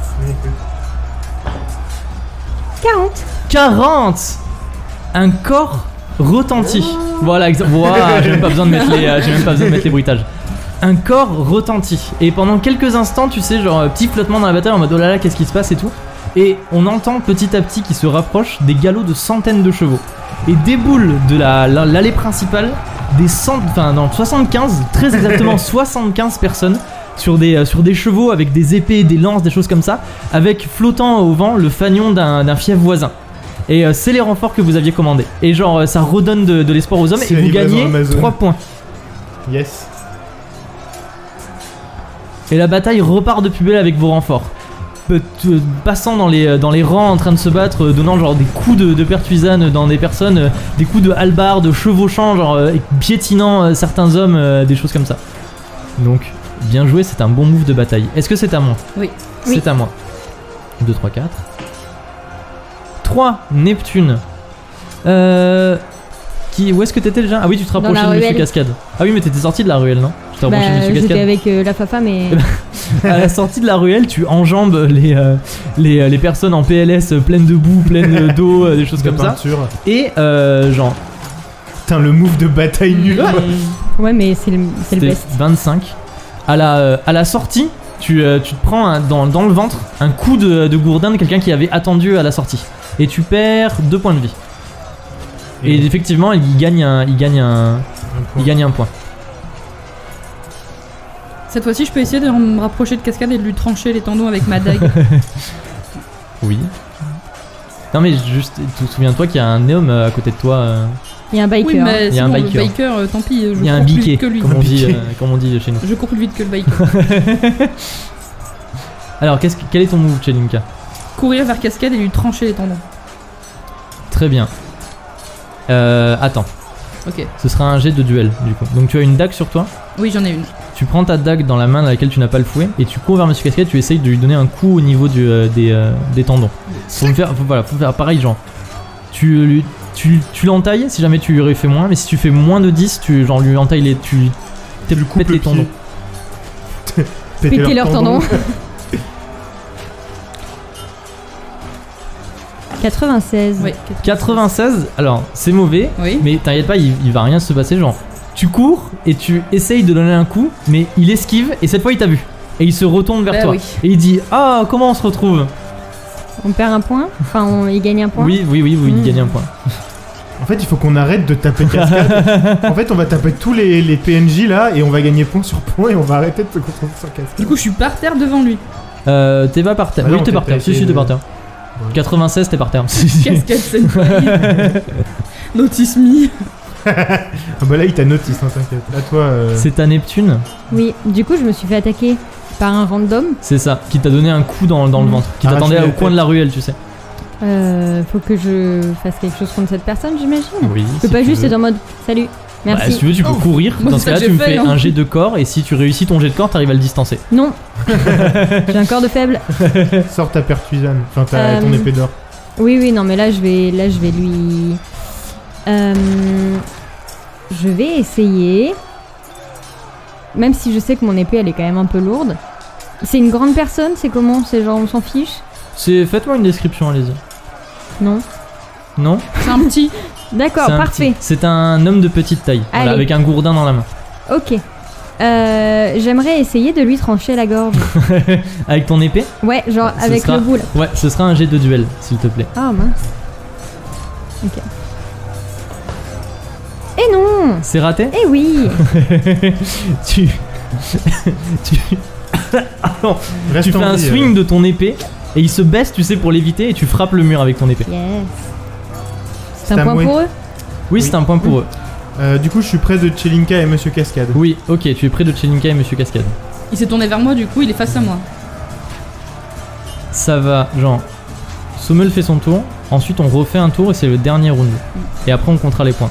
40. 40. Un corps retentit. Voilà, voilà, j'ai même pas besoin de mettre les bruitages. Un corps retentit. Et pendant quelques instants, tu sais, genre petit flottement dans la bataille en mode oh là là, qu'est-ce qui se passe et tout. Et on entend petit à petit qui se rapprochent des galops de centaines de chevaux. Et déboulent de l'allée principale des 75, très exactement 75 personnes sur des chevaux avec des épées, des lances, des choses comme ça, avec flottant au vent le fanion d'un fief voisin. Et c'est les renforts que vous aviez commandés. Et genre ça redonne de l'espoir aux hommes C'est et la vous livraison gagnez Amazon. 3 points. Yes. Et la bataille repart de plus belle avec vos renforts. Passant dans les rangs en train de se battre, donnant genre des coups de pertuisane dans des personnes, des coups de hallebarde, chevauchant, genre piétinant certains hommes, des choses comme ça. Donc, bien joué, c'est un bon move de bataille. Est-ce que c'est à moi? Oui. C'est à moi. 2, 3, 4. 3, Neptune. Où est-ce que t'étais déjà? Ah oui, tu te rapprochais la de Monsieur ruelle. Cascade. Ah oui, mais t'étais sorti de la ruelle, non? Tu t'es rapproché de Monsieur J'étais Cascade. avec la Fafa, mais. À la sortie de la ruelle, tu enjambes les personnes en PLS pleines de boue, pleines d'eau, des choses De comme ça. peinture. Et genre, Putain, le move de bataille nul. quoi. Ouais, mais c'est le c'était best. 25. À la sortie, tu te prends dans le ventre un coup de gourdin de quelqu'un qui avait attendu à la sortie. Et tu perds 2 points de vie. Et effectivement, il gagne un point. Cette fois-ci, je peux essayer de me rapprocher de Cascade et de lui trancher les tendons avec ma dague. Oui. Non mais juste, souviens-toi qu'il y a un homme à côté de toi. Il y a un biker. Oui, mais Il y a c'est un bon, le biker. biker, tant pis, je Il y a un cours plus biquet, vite que lui. comme on dit chez nous. Je cours plus vite que le biker. Alors, quel est ton move, Chelinka? Courir vers Cascade et lui trancher les tendons. Très bien. Attends, Ok. ce sera un jet de duel du coup. Donc tu as une dague sur toi, Oui, j'en ai une. tu prends ta dague dans la main dans laquelle tu n'as pas le fouet et tu cours vers Monsieur Cascade, tu essayes de lui donner un coup au niveau des tendons. Faut faire pareil genre. Tu l'entailles si jamais tu lui aurais fait moins, mais si tu fais moins de 10, tu lui entailles tu pètes les tendons. Péter leurs tendons. 96. Oui. 96, alors c'est mauvais, Oui. mais t'inquiète pas, il va rien se passer genre. Tu cours et tu essayes de donner un coup, mais il esquive et cette fois il t'a vu. Et il se retourne vers Bah toi. oui. Et il dit ah comment on se retrouve? On perd un point. Enfin, il gagne un point. Oui, il gagne un point. En fait, il faut qu'on arrête de taper Cascade. En fait, on va taper tous les PNJ là et on va gagner point sur point et on va arrêter de se concentrer sur Cascade. Du coup, je suis par terre devant lui. T'es pas par terre. Ah Oui, non, t'es t'as par terre. pas Si, essayé t'es de- par terre. Ouais. 96, t'es par terre. Cascade Senpai. Notice me. Ah bah là, il t'a notice, hein, t'inquiète. À toi. C'est ta Neptune, Oui. Du coup, je me suis fait attaquer par un random. c'est ça, qui t'a donné un coup dans le ventre. Qui Arrache-lui t'attendait la au coin tête. de la ruelle, tu sais. Faut que je fasse quelque chose contre cette personne, j'imagine. Oui. Je peux pas juste être en mode salut, Bah, merci. si tu veux, tu peux Oh, courir. moi, Dans c'est ce cas-là, ça tu que me j'ai fais fait, hein. un jet de corps et si tu réussis ton jet de corps, t'arrives à le distancer. Non. J'ai un corps de faible. Sors ta pertuisane, enfin ton épée d'or. Oui, non, mais là, je vais lui. Je vais essayer. Même si je sais que mon épée, elle est quand même un peu lourde. C'est une grande personne, c'est comment? C'est genre, on s'en fiche? Faites-moi une description, allez-y. Non. Non? C'est un petit. D'accord, C'est un parfait. petit. C'est un homme de petite taille, voilà, Allez. avec un gourdin dans la main. Ok. J'aimerais essayer de lui trancher la gorge. Avec ton épée? Ouais, genre Ce avec sera- le bout là. Ouais, ce sera un jet de duel, s'il te plaît. Ah mince. Ok. Eh non! C'est raté? Eh oui! tu Ah non, Reste tu fais en un vie, swing de ton épée et il se baisse, tu sais, pour l'éviter et tu frappes le mur avec ton épée. Yes. C'est C'est un à point moi. pour eux? Oui, c'est un point pour eux. Du coup, je suis près de Chelinka et Monsieur Cascade. Oui, ok, tu es près de Chelinka et Monsieur Cascade. Il s'est tourné vers moi, du coup, il est face à moi. Ça va, genre. Sommel fait son tour, ensuite on refait un tour et c'est le dernier round. Et après on comptera les points.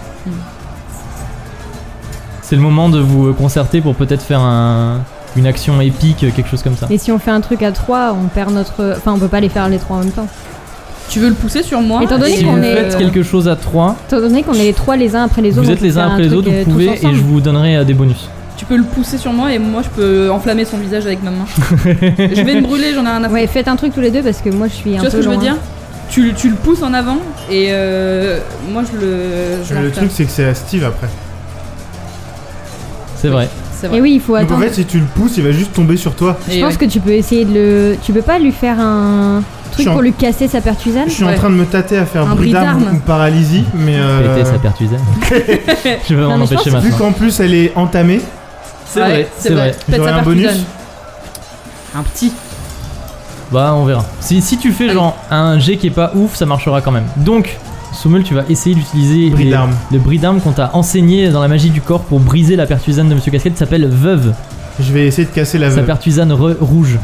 C'est le moment de vous concerter pour peut-être faire une action épique, quelque chose comme ça. Et si on fait un truc à 3, on perd notre. Enfin, on peut pas les faire les 3 en même temps. Tu veux le pousser sur moi? Étant donné Si qu'on vous est- faites quelque chose à 3, Étant donné qu'on est les 3 les uns après les autres, vous on êtes peut les uns faire après un les truc, autres, vous tous pouvez et ensemble. je vous donnerai des bonus. Tu peux le pousser sur moi et moi je peux enflammer son visage avec ma main. Je vais me brûler, j'en ai rien à foutre. Ouais, faites un truc tous les deux parce que moi je suis Tu un vois ce peu que je veux loin. dire? Tu le pousses en avant et moi je le. je Le l'enflamme. truc, c'est que c'est à Steve après. C'est vrai. C'est vrai. Et oui, il faut Donc en attendre. fait, si tu le pousses, il va juste tomber sur toi. Je pense que tu peux essayer de le. Tu peux pas lui faire un Je truc suis en- pour lui casser sa pertusane? Je suis en Ouais. train de me tâter à faire Un bris bris d'arme d'arme. ou paralysie, mais Péter sa pertusane. Je vais m'en Non, mais je empêcher pense- vu maintenant. qu'en plus elle est entamée, C'est vrai, c'est vrai. Pète J'aurais sa un bonus. pertusane. Un petit. Bah on verra. Si tu fais Allez. genre un jet qui est pas ouf, ça marchera quand même. Donc, Sommel, tu vas essayer d'utiliser Bris d'arme. le bris d'arme qu'on t'a enseigné dans la magie du corps pour briser la pertusane de Monsieur Cascade, qui s'appelle Veuve. je vais essayer de casser la Sa veuve. pertusane rouge.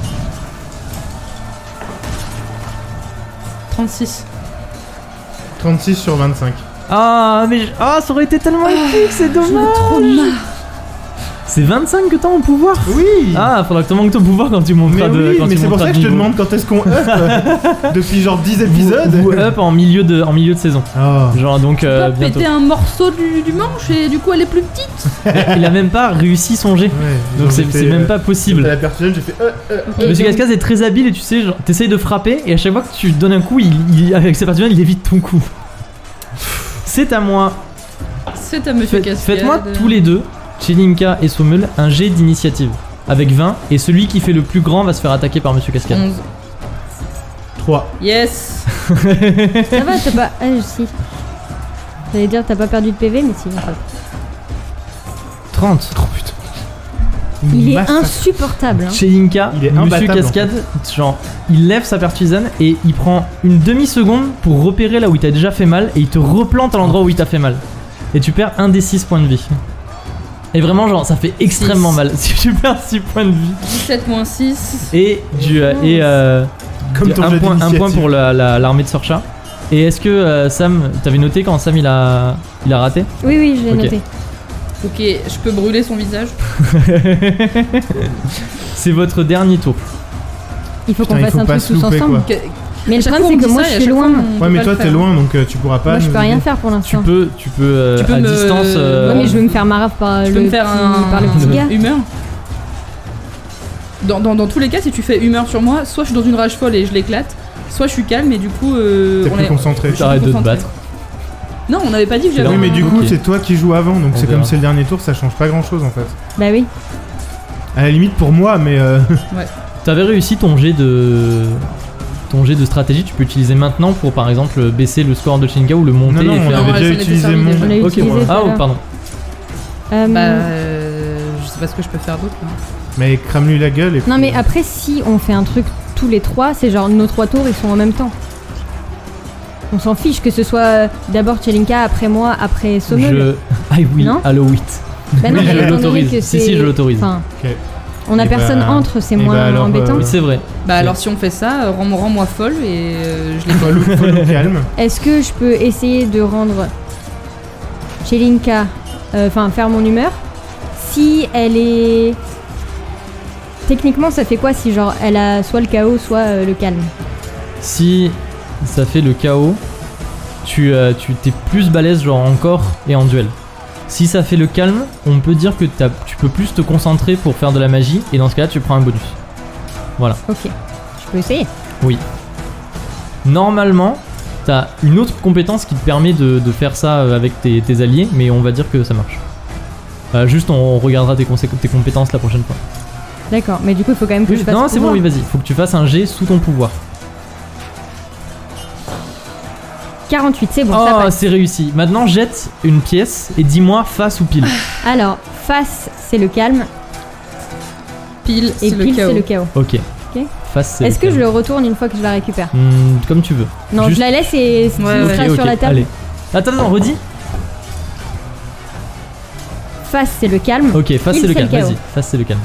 36. 36 sur 25. Ah mais ça aurait été tellement épique, c'est J'en ai dommage. trop marre. C'est 25 que t'as en pouvoir. Oui. Ah, faudra que tu manques ton pouvoir quand tu mais monteras de. oui, quand mais tu c'est pour monteras ça de que je te niveau. demande quand est-ce qu'on up depuis genre 10 épisodes. Vous up en milieu de saison. Oh. Genre donc Tu peux bientôt. péter un morceau du manche et du coup elle est plus petite. Il a même pas réussi son jet. Ouais, Donc genre, c'est j'ai fait, même pas possible. La pertusane, j'ai fait Et Monsieur donc- Cascade est très habile et tu sais, genre, t'essayes de frapper et à chaque fois que tu donnes un coup, avec sa pertusane, il évite ton coup. C'est à moi. C'est à Monsieur Cascade. Faites-moi tous les deux, Chelinka et Sommel, un jet d'initiative. Avec 20, et celui qui fait le plus grand va se faire attaquer par Monsieur Cascade. 11. 3. Yes. Ça va, t'as pas. Ah, si. J'allais dire, t'as pas perdu de PV, mais si, en fait. 30. Oh putain. Il est Massacre. insupportable. Hein. Chelinka, Il est Monsieur imbattable, Cascade, genre, il lève sa pertusane et il prend une demi-seconde pour repérer là où il t'a déjà fait mal et il te replante à l'endroit où il t'a fait mal. Et tu perds un des 6 points de vie. Et vraiment, genre, ça fait extrêmement 6. mal si tu perds 6 points de vie. 17 moins 6. Et Comme ton un jet point d'initiative. pour l'armée de Sorcha. Et est-ce que Sam, t'avais noté quand Sam il a raté? Oui, oui, je l'ai Ok. noté. Ok, je peux brûler son visage. C'est votre dernier tour. Il faut qu'on Putain, il fasse faut un pas truc se tous louper, ensemble. quoi. Mais le Chaque problème, fois, c'est on que dit moi ça je et à suis chaque fois, loin. on peut Ouais, mais pas toi le t'es faire. loin donc tu pourras pas. Moi je nous peux rien aider. faire pour Tu l'instant. peux Tu peux à me- distance. Ouais, Ouais, mais je veux me faire marave par Tu le peux me faire par le petit gars. humeur. Dans tous les cas, si tu fais humeur sur moi, soit je suis dans une rage folle et je l'éclate, soit je suis calme et du coup. T'es on plus est- concentré. je suis T'arrêtes de te concentrée. battre. Non, on n'avait pas dit que j'avais. Oui, mais du coup, Ok. c'est toi qui joues avant, donc On c'est verra. comme c'est le dernier tour, ça change pas grand chose en fait. Bah oui. À la limite pour moi, mais T'avais réussi ton jet de stratégie, tu peux utiliser maintenant pour par exemple baisser le score de Chelinka ou le monter non, et on faire. Non, avait elle déjà s'en était utilisé servie mon. déjà. On l'a Ok, utilisé voilà. tout à Ah, oh, l'heure. pardon. Je sais pas ce que je peux faire d'autre. Mais crame-lui la gueule et puis. Non mais après si on fait un truc tous les trois, c'est genre nos 3 tours ils sont en même temps. On s'en fiche que ce soit d'abord Chelinka, après moi, après Sommel. Ah oui, Non allo 8. Bah non, Oui, mais je étant donné l'autorise. que Si, c'est- si, je l'autorise. Enfin, Ok. on a Et personne bah- entre, c'est et moins bah alors, embêtant. Oui, c'est vrai. Bah alors si on fait ça, rends-moi folle et je les Follow calme. Est-ce que je peux essayer de rendre Chelinka, enfin faire mon humeur, si elle est... Techniquement ça fait quoi si genre elle a soit le chaos soit le calme? Si ça fait le chaos, tu t'es plus balèze genre en corps et en duel. Si ça fait le calme, on peut dire que tu peux plus te concentrer pour faire de la magie et dans ce cas-là tu prends un bonus. Voilà. Ok, je peux essayer. Normalement, t'as une autre compétence qui te permet de faire ça avec tes alliés, mais on va dire que ça marche. Juste on regardera tes compétences la prochaine fois. D'accord, mais du coup il faut quand même que je fasse Non, c'est bon, pouvoir. oui, vas-y. Faut que tu fasses un jet sous ton pouvoir. 48, c'est bon, ça Oh, passe. c'est réussi. Maintenant, jette une pièce et dis-moi face ou pile. Alors, face c'est le calme pile, et c'est le pile c'est chaos. le chaos. Ok. Ok. Face, c'est Est-ce le que je calme. le retourne une fois que je la récupère? Comme tu veux. Non, Juste- je la laisse et Ouais, il ouais. sera Ok, sur ok, la table. Allez. Attends, redis. face c'est le calme. Ok, face Il c'est le fait le calme, chaos. vas-y, face c'est le calme.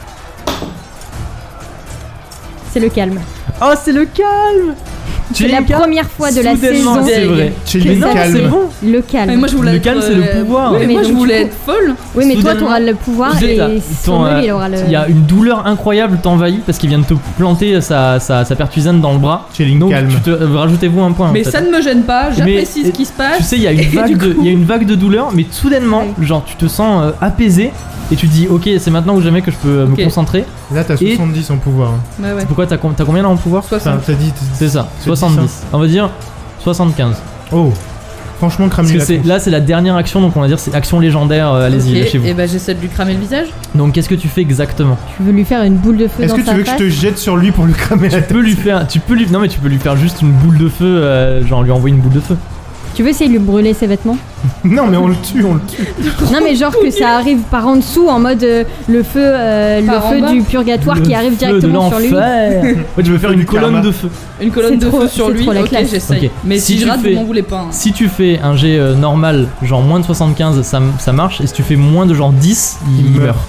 C'est le calme. Oh, c'est le calme. C'est la première fois de la Soudainement, saison. c'est vrai. Chilling ça, calme. C'est bon. Le calme. Mais moi je voulais Le être, calme, c'est le pouvoir. Oui, mais Mais moi donc, je voulais du être folle. Oui, mais toi, Soudainement, t'auras le pouvoir C'est ça. et Ton, son il aura le. Il y a une douleur incroyable t'envahit parce qu'il vient de te planter sa pertusane dans le bras. Chilling Donc calme. rajoutez-vous un point. Mais en fait. ça ne me gêne pas, j'apprécie Mais, ce qui se passe. Tu sais, il y a et une vague de douleur, mais soudainement, Oui. genre tu te sens apaisé et tu te dis ok, c'est maintenant ou jamais que je peux Ok. me concentrer. Là, t'as Et- 70 en pouvoir. hein. Ouais, ouais. Pourquoi t'as combien là en pouvoir? 60. Enfin, t'as dit. C'est ça, c'est 70. 10, On va dire 75. Oh, franchement, Parce crame que là c'est la dernière action, donc on va dire c'est action légendaire, allez-y, lâchez-vous. Et bah j'essaie de lui cramer le visage. Donc qu'est-ce que tu fais exactement? Tu veux lui faire une boule de feu Est-ce dans que tu sa veux que je face te jette sur lui pour lui cramer la tête? Non mais tu peux lui faire juste une boule de feu, genre lui envoyer une boule de feu. Tu veux essayer de lui brûler ses vêtements? Non, mais on le tue, on le tue. Non, mais genre que ça arrive par en dessous en mode le feu Par en bas. du purgatoire qui Le arrive feu directement de sur lui. l'enfer. Ouais, tu veux faire Du une colonne karma. de feu. Une colonne C'est de trop- feu sur c'est lui, trop la ok classe. j'essaye. Ok. Mais Si si je tu rate, fais- vous m'en voulez pas. hein. Si tu fais un jet normal, genre moins de 75, ça marche. Et si tu fais moins de genre 10, il Il meurt.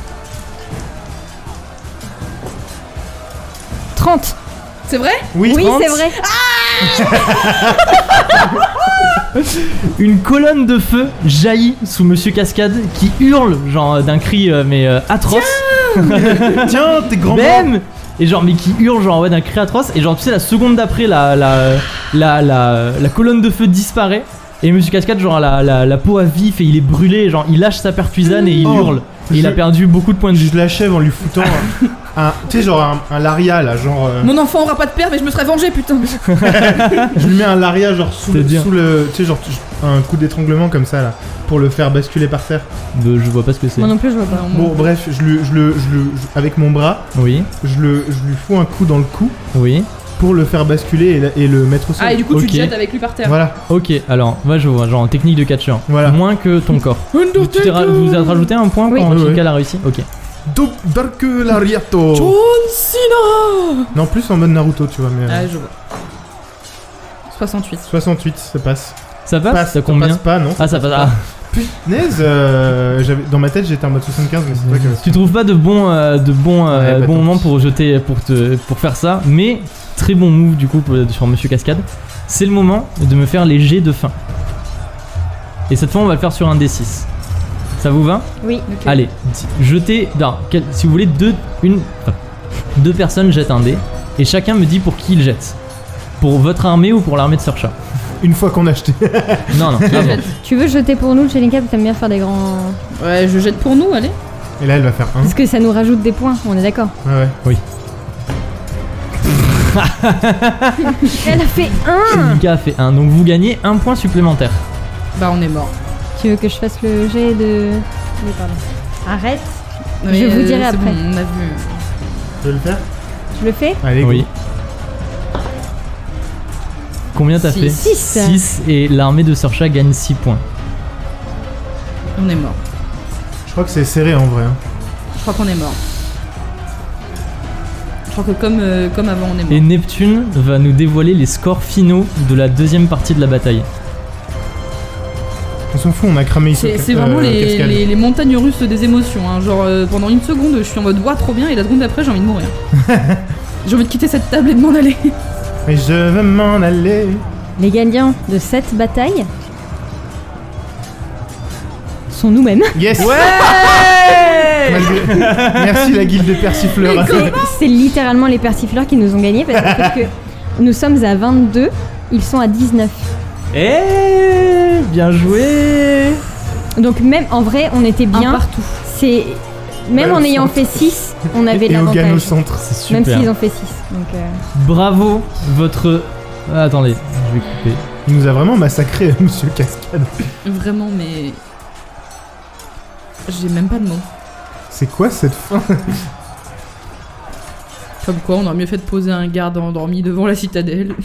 30. C'est vrai? Oui, 30. c'est vrai. Une colonne de feu jaillit sous Monsieur Cascade qui hurle genre d'un cri atroce. Tiens, t'es grand Bam Et genre mais qui hurle genre ouais d'un cri atroce. Et genre tu sais la seconde d'après la colonne de feu disparaît. Et Monsieur Cascade genre la peau à vif et il est brûlé. Genre il lâche sa pertusane et il Oh. hurle. Et il a Je- perdu beaucoup de points de vie. Je l'achève en lui foutant tu sais, genre un laria là, genre. Mon enfant aura pas de père, mais je me serais vengé, putain. Je lui mets un laria genre sous C'est-à-dire le. Tu sais, genre un coup d'étranglement comme ça là, pour le faire basculer par terre. Je vois pas ce que c'est. Moi non plus, je vois pas. Bon, bref, avec mon bras, Oui, je lui fous un coup dans le cou oui. pour le faire basculer et le mettre au sol. Ah, et du coup, tu Ok. te jettes avec lui par terre. Voilà, Ok, alors, moi je vois, genre en technique de catcheur. Voilà. Moins que ton corps. Vous avez rajouté un point Oui. quand Oui, Shinka oui. l'a réussi? Ok. Dark Lariato. John Cena. Non, plus en mode Naruto, tu vois, mais. Ah, je vois. 68. 68, ça passe. Ça passe? Passe, T'as combien? Ça passe pas, non. Ah, ça passe. Ah. Punaise, dans ma tête j'étais en mode 75, mais c'est toi qui avais. Tu trouves pas de bons Ouais, bah, bons tant moments pis. pour jeter, pour faire ça, mais très bon move du coup sur Monsieur Cascade. C'est le moment de me faire les jets de fin. Et cette fois, on va le faire sur un D6. Ça vous va? Oui. Ok. Allez, jetez. Non, si vous voulez, deux personnes jettent un dé et chacun me dit pour qui il jette. Pour votre armée ou pour l'armée de Surcha. Une fois qu'on a acheté. Non, non, Je avant. jette. Tu veux jeter pour nous, Chelinka, parce que t'aimes bien faire des grands. Ouais, je jette pour nous, allez. Et là elle va faire 1. Parce que ça nous rajoute des points, on est d'accord. Ouais, ouais. Elle a fait 1. Mika a fait 1, donc vous gagnez un point supplémentaire. Bah, on est mort. Tu veux que je fasse le jet de. Oui, pardon. Arrête. Mais, Je vous dirai c'est après. bon, on a vu. Tu veux le faire? Tu le fais? Allez, go. Oui. Combien t'as fait? 6. 6 et l'armée de Surcha gagne 6 points. On est mort. Je crois que c'est serré en vrai. hein. Je crois qu'on est mort. Je crois que comme avant, on est mort. Et Neptune va nous dévoiler les scores finaux de la deuxième partie de la bataille. On s'en fout, on a cramé ici. C'est vraiment les montagnes russes des émotions. Hein. Genre, pendant une seconde, je suis en mode ouah, trop bien, et la seconde d'après, j'ai envie de mourir. J'ai envie de quitter cette table et de m'en aller. Mais je veux m'en aller. Les gagnants de cette bataille sont nous-mêmes. Yes. Ouais. Merci la guilde des persifleurs. C'est littéralement les persifleurs qui nous ont gagnés parce que nous sommes à 22, ils sont à 19. Eh, bien joué. Donc même en vrai, on était Un bien. partout. C'est même Ouais, en au ayant centre. fait 6, on avait de Et au gagne au l'avantage. centre. C'est Même super. s'ils ont fait 6. Donc Bravo, votre. Ah, attendez, je vais couper. Il nous a vraiment massacré, Monsieur Cascade. Vraiment, mais. J'ai même pas de mots. C'est quoi cette fin? Comme quoi, on aurait mieux fait de poser un garde endormi devant la citadelle.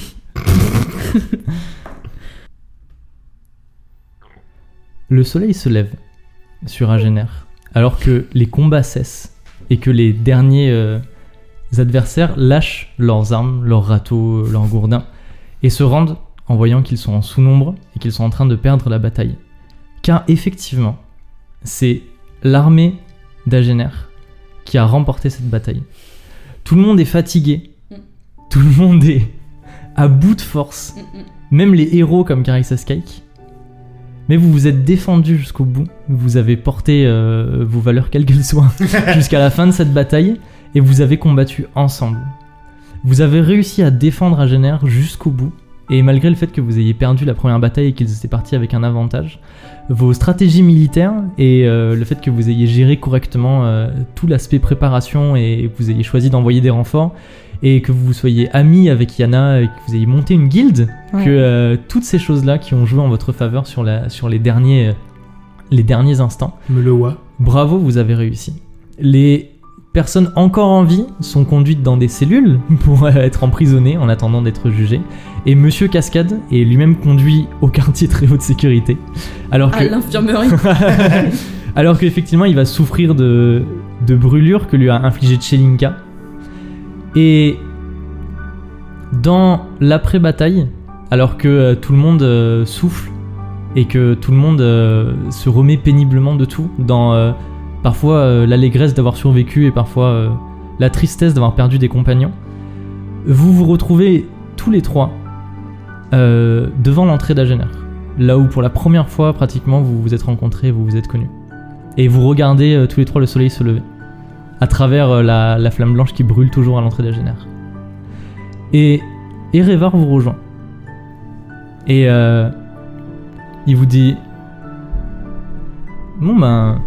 Le soleil se lève sur Agener, alors que les combats cessent et que les derniers adversaires lâchent leurs armes, leurs râteaux, leurs gourdins et se rendent en voyant qu'ils sont en sous-nombre et qu'ils sont en train de perdre la bataille. Car effectivement, c'est l'armée d'Agener qui a remporté cette bataille. Tout le monde est fatigué, tout le monde est à bout de force, même les héros comme Carissa Skyke. Mais vous vous êtes défendus jusqu'au bout, vous avez porté vos valeurs quelles qu'elles soient jusqu'à la fin de cette bataille et vous avez combattu ensemble. Vous avez réussi à défendre Agener jusqu'au bout et malgré le fait que vous ayez perdu la première bataille et qu'ils étaient partis avec un avantage, vos stratégies militaires et le fait que vous ayez géré correctement tout l'aspect préparation et que vous ayez choisi d'envoyer des renforts et que vous soyez amis avec Yana et que vous ayez monté une guilde, que toutes ces choses-là qui ont joué en votre faveur sur les derniers instants. Bravo, vous avez réussi. Les personnes encore en vie sont conduites dans des cellules pour être emprisonnées en attendant d'être jugées. Et Monsieur Cascade est lui-même conduit au quartier très haute sécurité. Alors que... l'infirmerie. Alors qu'effectivement, il va souffrir de brûlures que lui a infligé Chelinka. Et dans l'après-bataille, alors que tout le monde souffle et que tout le monde se remet péniblement de tout, dans parfois l'allégresse d'avoir survécu et parfois la tristesse d'avoir perdu des compagnons, vous vous retrouvez tous les trois devant l'entrée d'Agener, là où pour la première fois pratiquement vous vous êtes rencontrés, vous vous êtes connus. Et vous regardez tous les trois le soleil se lever à travers la flamme blanche qui brûle toujours à l'entrée d'Agener. Et Erevar vous rejoint. Et il vous dit: bon ben,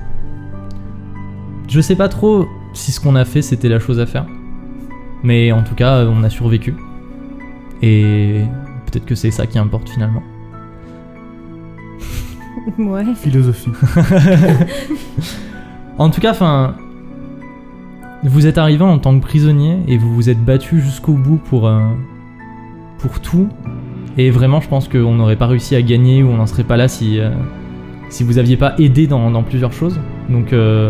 je sais pas trop si ce qu'on a fait c'était la chose à faire, mais en tout cas on a survécu. Et peut-être que c'est ça qui importe finalement. Ouais. Philosophie. En tout cas, vous êtes arrivé en tant que prisonnier et vous vous êtes battu jusqu'au bout pour tout. Et vraiment, je pense qu'on n'aurait pas réussi à gagner ou on n'en serait pas là si vous aviez pas aidé dans plusieurs choses. Donc,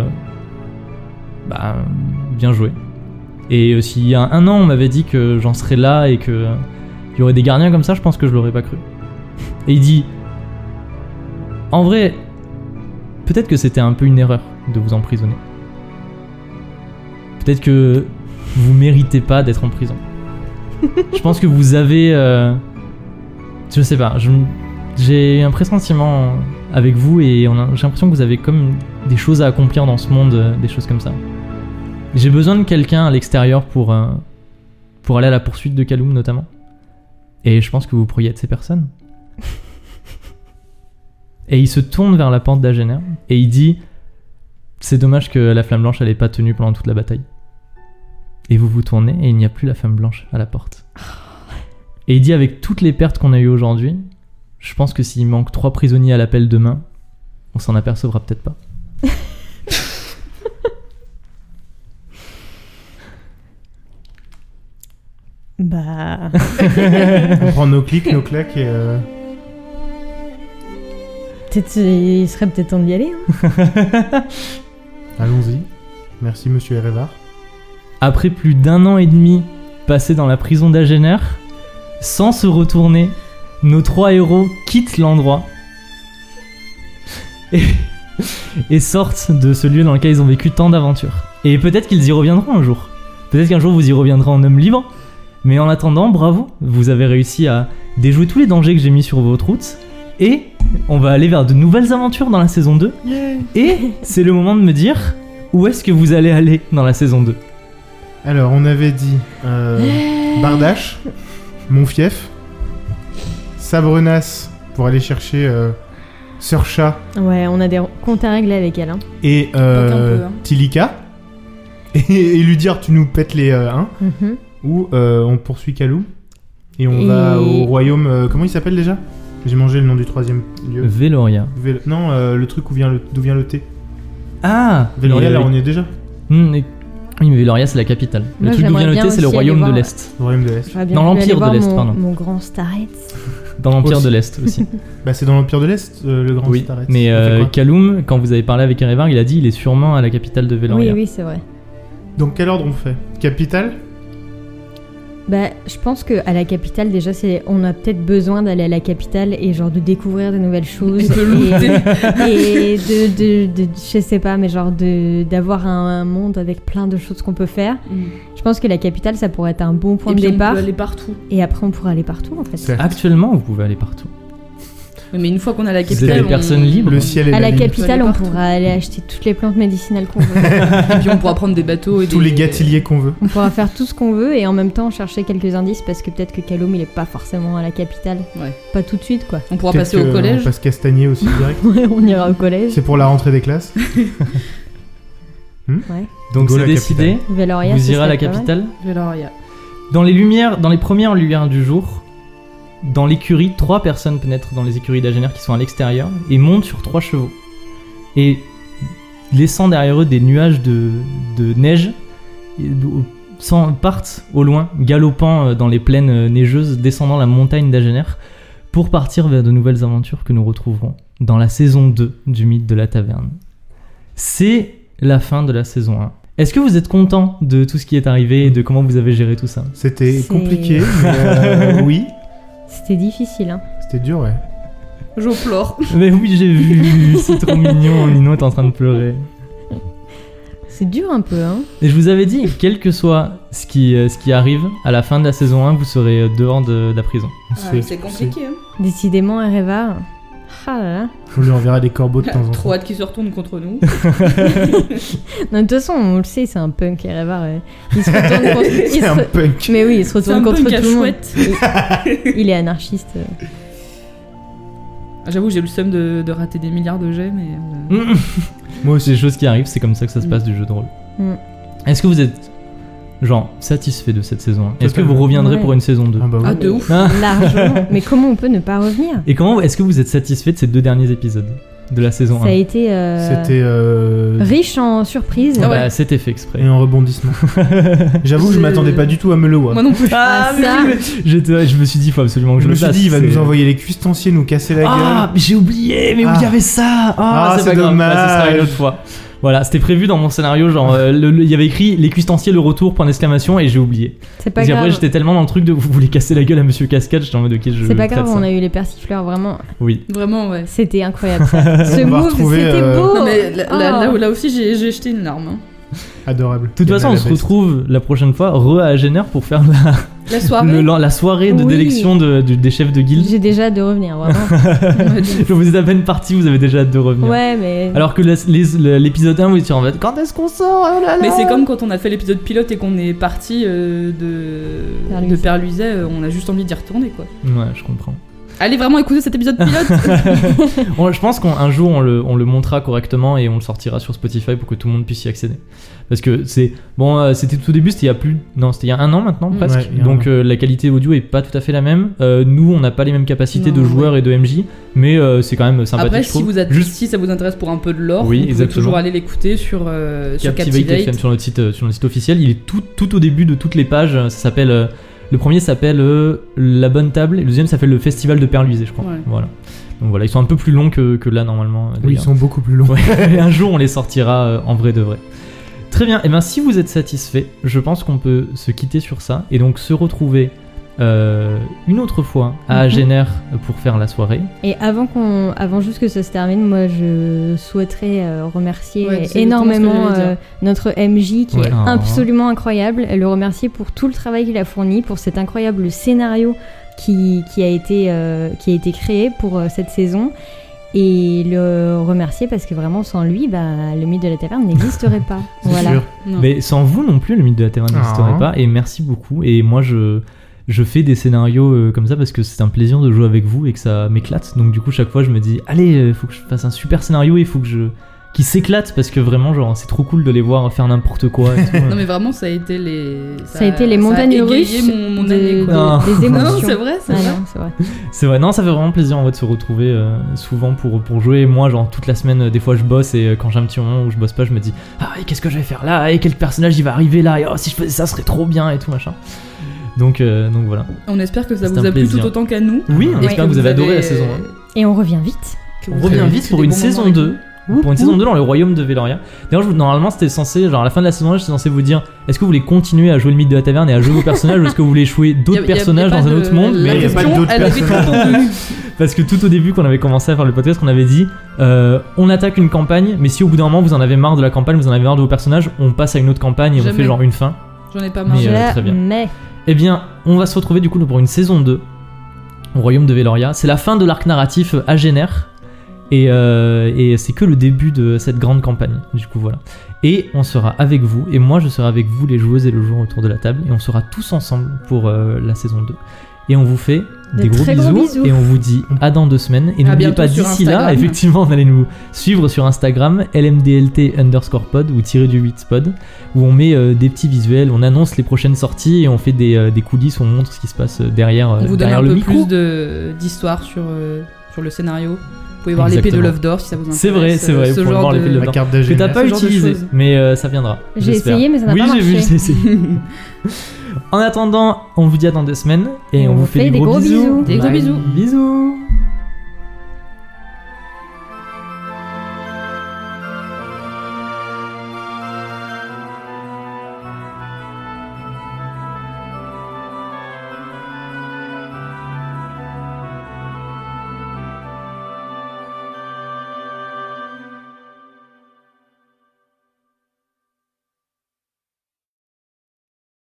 bien joué. Et s'il y a un an, on m'avait dit que j'en serais là et qu'il y aurait des gardiens comme ça, je pense que je l'aurais pas cru. Et il dit: en vrai, peut-être que c'était un peu une erreur de vous emprisonner. Peut-être que vous méritez pas d'être en prison. Je pense que vous avez... je sais pas, j'ai un pressentiment avec vous et j'ai l'impression que vous avez comme des choses à accomplir dans ce monde, des choses comme ça. J'ai besoin de quelqu'un à l'extérieur pour aller à la poursuite de Kaloum notamment. Et je pense que vous pourriez être ces personnes. Et il se tourne vers la porte d'Agener et il dit: c'est dommage que la flamme blanche elle ait pas tenu pendant toute la bataille. Et vous vous tournez et il n'y a plus la flamme blanche à la porte. Et il dit: avec toutes les pertes qu'on a eues aujourd'hui, je pense que s'il manque 3 prisonniers à l'appel demain, on s'en apercevra peut-être pas. Bah... On prend nos clics, nos claques et... Peut-être, il serait peut-être temps d'y aller. Hein. Allons-y. Merci, monsieur Erevar. Après plus d'1 an et demi passé dans la prison d'Agener, sans se retourner, nos 3 héros quittent l'endroit et sortent de ce lieu dans lequel ils ont vécu tant d'aventures. Et peut-être qu'ils y reviendront un jour. Peut-être qu'un jour vous y reviendrez en homme libre. Mais en attendant, bravo, vous avez réussi à déjouer tous les dangers que j'ai mis sur votre route. Et on va aller vers de nouvelles aventures dans la saison 2. Yeah. Et c'est le moment de me dire où est-ce que vous allez aller dans la saison 2. Alors, on avait dit Bardache, Montfief, Sabrenas pour aller chercher Sœur Chat. Ouais, on a des comptes à régler avec elle. Hein. Et Tilika. Et lui dire: tu nous pètes les 1. Ou on poursuit Kaloum. Et on va au royaume... comment il s'appelle déjà ? J'ai mangé le nom du 3e lieu. Veloria. Non, le truc d'où vient le thé. Ah, Veloria, là on y est déjà. Oui, mais Veloria c'est la capitale. Le truc d'où vient le thé, c'est le royaume de l'Est. Le royaume de l'Est. Dans l'Empire de l'Est, pardon. Mon grand Starets. Dans l'Empire de l'Est aussi. Bah c'est dans l'Empire de l'Est, le grand Starets. Mais Kaloum, quand vous avez parlé avec Erevar, il a dit il est sûrement à la capitale de Veloria. Oui, c'est vrai. Donc quel ordre on fait ? Capitale ? Bah, je pense qu'à la capitale, déjà, on a peut-être besoin d'aller à la capitale et genre de découvrir de nouvelles choses. Et de looter. Et je sais pas, mais genre d'avoir un monde avec plein de choses qu'on peut faire. Je pense que la capitale, ça pourrait être un bon point de départ. On peut aller partout. Et après, on pourra aller partout, en fait. Actuellement, vous pouvez aller partout. Oui, mais une fois qu'on a la Vous êtes capitale, des personnes libres. Le ciel est à la libre. capitale, on partout. pourra aller acheter toutes les plantes médicinales qu'on veut. Et puis on pourra prendre des bateaux et Tous les gâtilliers qu'on veut. On pourra faire tout ce qu'on veut et en même temps chercher quelques indices parce que peut-être que Kaloum il est pas forcément à la capitale. Ouais. Pas tout de suite quoi. On pourra Peut-être passer au que collège. On passe Castagnier aussi direct. On ira au collège. C'est pour la rentrée des classes. Ouais. Donc Go c'est la décidé. Veloria, Vous ce irez à serait la pas mal. capitale. Veloria. Dans les premières lumières du jour, dans l'écurie, 3 personnes pénètrent dans les écuries d'Agener qui sont à l'extérieur et montent sur 3 chevaux. Et laissant derrière eux des nuages de neige, partent au loin, galopant dans les plaines neigeuses, descendant la montagne d'Agener, pour partir vers de nouvelles aventures que nous retrouverons dans la saison 2 du Mythe de la Taverne. C'est la fin de la saison 1. Est-ce que vous êtes content de tout ce qui est arrivé et de comment vous avez géré tout ça ? C'était C'est- compliqué, mais oui. C'était difficile hein. C'était dur, ouais. Je pleure. Mais oui, j'ai vu, c'est trop mignon, Nino est en train de pleurer. C'est dur un peu hein. Et je vous avais dit, quel que soit ce qui arrive, à la fin de la saison 1, vous serez dehors de la prison. C'est compliqué. Hein. Décidément Areva. Ah là là. On lui enverra des corbeaux de temps en Trop temps. hâte qu'ils se retournent contre nous. Non, de toute façon, on le sait, c'est un punk Areva. Il se retourne contre il C'est un se- punk. Mais oui, il se C'est un retourne contre punk à tout le monde. chouette. Il est anarchiste. J'avoue, j'ai eu le seum de rater des milliards de jets, mais. Moi aussi, des choses qui arrivent, c'est comme ça que ça se passe du jeu de rôle. Mm. Est-ce que vous êtes, genre, satisfait de cette saison 1 ? Est-ce que Totalement. vous reviendrez Ouais. pour une saison 2 Ah bah oui. Ah, de ouf. Ah. Largement. Mais comment on peut ne pas revenir ? Et comment est-ce que vous êtes satisfait de ces 2 derniers épisodes de la saison 1 Ça a été C'était riche en surprises. Ah ouais. Bah, c'était fait exprès. et en rebondissement. J'avoue que je m'attendais pas du tout à Meloa. Moi non plus. Ah, mais ça. oui, mais je me suis dit, il faut absolument que Je je me le suis fasse. dit, il va nous c'est- envoyer les custanciers, nous casser la Ah, gueule. mais j'ai oublié, mais oui, il y avait ça. Ah, Ah, c'est c'est pas grave. dommage. Bah, ce sera une autre fois. Voilà, c'était prévu dans mon scénario, genre, il y avait écrit les custanciers, le retour, point d'exclamation, et j'ai oublié. C'est pas Parce qu'après, grave. j'étais tellement dans le truc de vous voulez casser la gueule à Monsieur Cascade, j'étais en mode ok, je C'est pas traite grave, ça. on a eu les persifleurs, vraiment. Oui. Vraiment, ouais. C'était incroyable ça. Ce On va move, retrouver, c'était beau. Non, mais Oh. là aussi, j'ai jeté une larme. Hein. Adorable. De toute façon, on se retrouve la prochaine fois à Génère pour faire La soirée. la soirée de Oui. d'élection des chefs de guilde. J'ai déjà hâte de revenir, vraiment. Ouais, de- Vous êtes à peine parti, vous avez déjà hâte de revenir. Ouais, mais. Alors que l'épisode 1, vous étiez en mode quand est-ce qu'on sort oh là là. Mais c'est comme quand on a fait l'épisode pilote et qu'on est parti de Perluiset. Perluiset, on a juste envie d'y retourner quoi. Ouais, je comprends. Allez vraiment écouter cet épisode pilote. Je pense qu'un jour on le montrera correctement et on le sortira sur Spotify pour que tout le monde puisse y accéder. Parce que c'est bon, c'était tout au début, c'était il y a 1 an maintenant Mm. presque. Ouais, il y a Donc 1 an. la qualité audio est pas tout à fait la même. Nous, on n'a pas les mêmes capacités Non, de joueurs et de MJ, mais c'est quand même sympathique. Après, je trouve. si si ça vous intéresse pour un peu de lore, Oui, vous pouvez exactement. toujours aller l'écouter sur Captivate Captivate. FM sur notre site officiel. Il est tout au début de toutes les pages. Ça s'appelle. Le premier s'appelle La Bonne Table et le deuxième s'appelle le Festival de Perluiset, je crois. Ouais. Voilà. Donc voilà, ils sont un peu plus longs que là normalement. Oui, ils d'ailleurs. sont beaucoup plus longs. Ouais, et un jour on les sortira en vrai de vrai. Très bien, et bien si vous êtes satisfait, je pense qu'on peut se quitter sur ça et donc se retrouver une autre fois à Mhm. Agener pour faire la soirée. Et avant juste que ça se termine, moi je souhaiterais remercier Ouais, c'est énormément exactement ce que j'allais dire. notre MJ qui Ouais. est Ah. absolument incroyable. Et le remercier pour tout le travail qu'il a fourni, pour cet incroyable scénario qui a été créé pour cette saison. Et le remercier parce que vraiment sans lui, le mythe de la taverne n'existerait pas. C'est Voilà. sûr. Non. Mais sans vous non plus, le mythe de la Taverne n'existerait Ah. pas et merci beaucoup. Et moi je fais des scénarios comme ça parce que c'est un plaisir de jouer avec vous et que ça m'éclate. Donc du coup chaque fois je me dis allez, faut que je fasse un super scénario, il faut que qui s'éclate parce que vraiment genre c'est trop cool de les voir faire n'importe quoi et tout. Non mais vraiment ça a été les montagnes ça a égayé russes mon de- année quoi. Non. des Non, émotions. c'est vrai, c'est Ah vrai. non, c'est vrai. C'est vrai, non, ça fait vraiment plaisir en vrai de se retrouver souvent pour jouer. Et moi, genre toute la semaine, des fois je bosse et quand j'ai un petit moment où je bosse pas, je me dis ah, et qu'est-ce que je vais faire là et quel personnage il va arriver là et oh, si je faisais ça, ce serait trop bien et tout machin. Donc voilà. On espère que ça C'est vous un a plu plaisir. tout autant qu'à nous. Oui, on Ouais. espère que vous avez adoré la saison 1. Et on revient vite. Que On vous revient avez vite vécu pour des une bons moments saison avec 2. nous. pour une saison 2 dans le royaume de Veloria. D'ailleurs, normalement, c'était censé, genre à la fin de la saison 1, j'étais censé vous dire est-ce que vous voulez continuer à jouer le mythe de la taverne et à jouer vos personnages, ou est-ce que vous voulez jouer d'autres personnages dans un autre monde? Mais il n'y a pas d'autres personnages. Parce que tout au début, quand on avait commencé à faire le podcast, on avait dit on attaque une campagne, mais si au bout d'un moment vous en avez marre de la campagne, vous en avez marre de vos personnages, on passe à une autre campagne et on fait genre une fin. J'en ai pas marre. Mais, très bien. Eh bien, on va se retrouver du coup pour une saison 2 au royaume de Veloria. C'est la fin de l'arc narratif Agener. Et c'est que le début de cette grande campagne, du coup voilà. Et on sera avec vous, et moi je serai avec vous les joueuses et le joueur autour de la table, et on sera tous ensemble pour la saison 2. Et on vous fait des gros bisous, et on vous dit à dans 2 semaines. Et n'oubliez pas d'ici là, effectivement, on allait nous suivre sur Instagram, LMDLT_pod ou _8pod, où on met des petits visuels, on annonce les prochaines sorties et on fait des coulisses, on montre ce qui se passe derrière le micro. On vous donne un peu plus d'histoire sur le scénario. Vous pouvez voir l'épée de Lovedore si ça vous intéresse. C'est vrai, ce pour genre voir l'épée de la carte que t'as pas utilisé, mais ça viendra. J'ai essayé, mais ça n'a pas marché. Oui, j'ai vu, j'ai essayé. En attendant, on vous dit à dans 2 semaines et on vous fait des gros bisous. Des gros bisous. Bisous.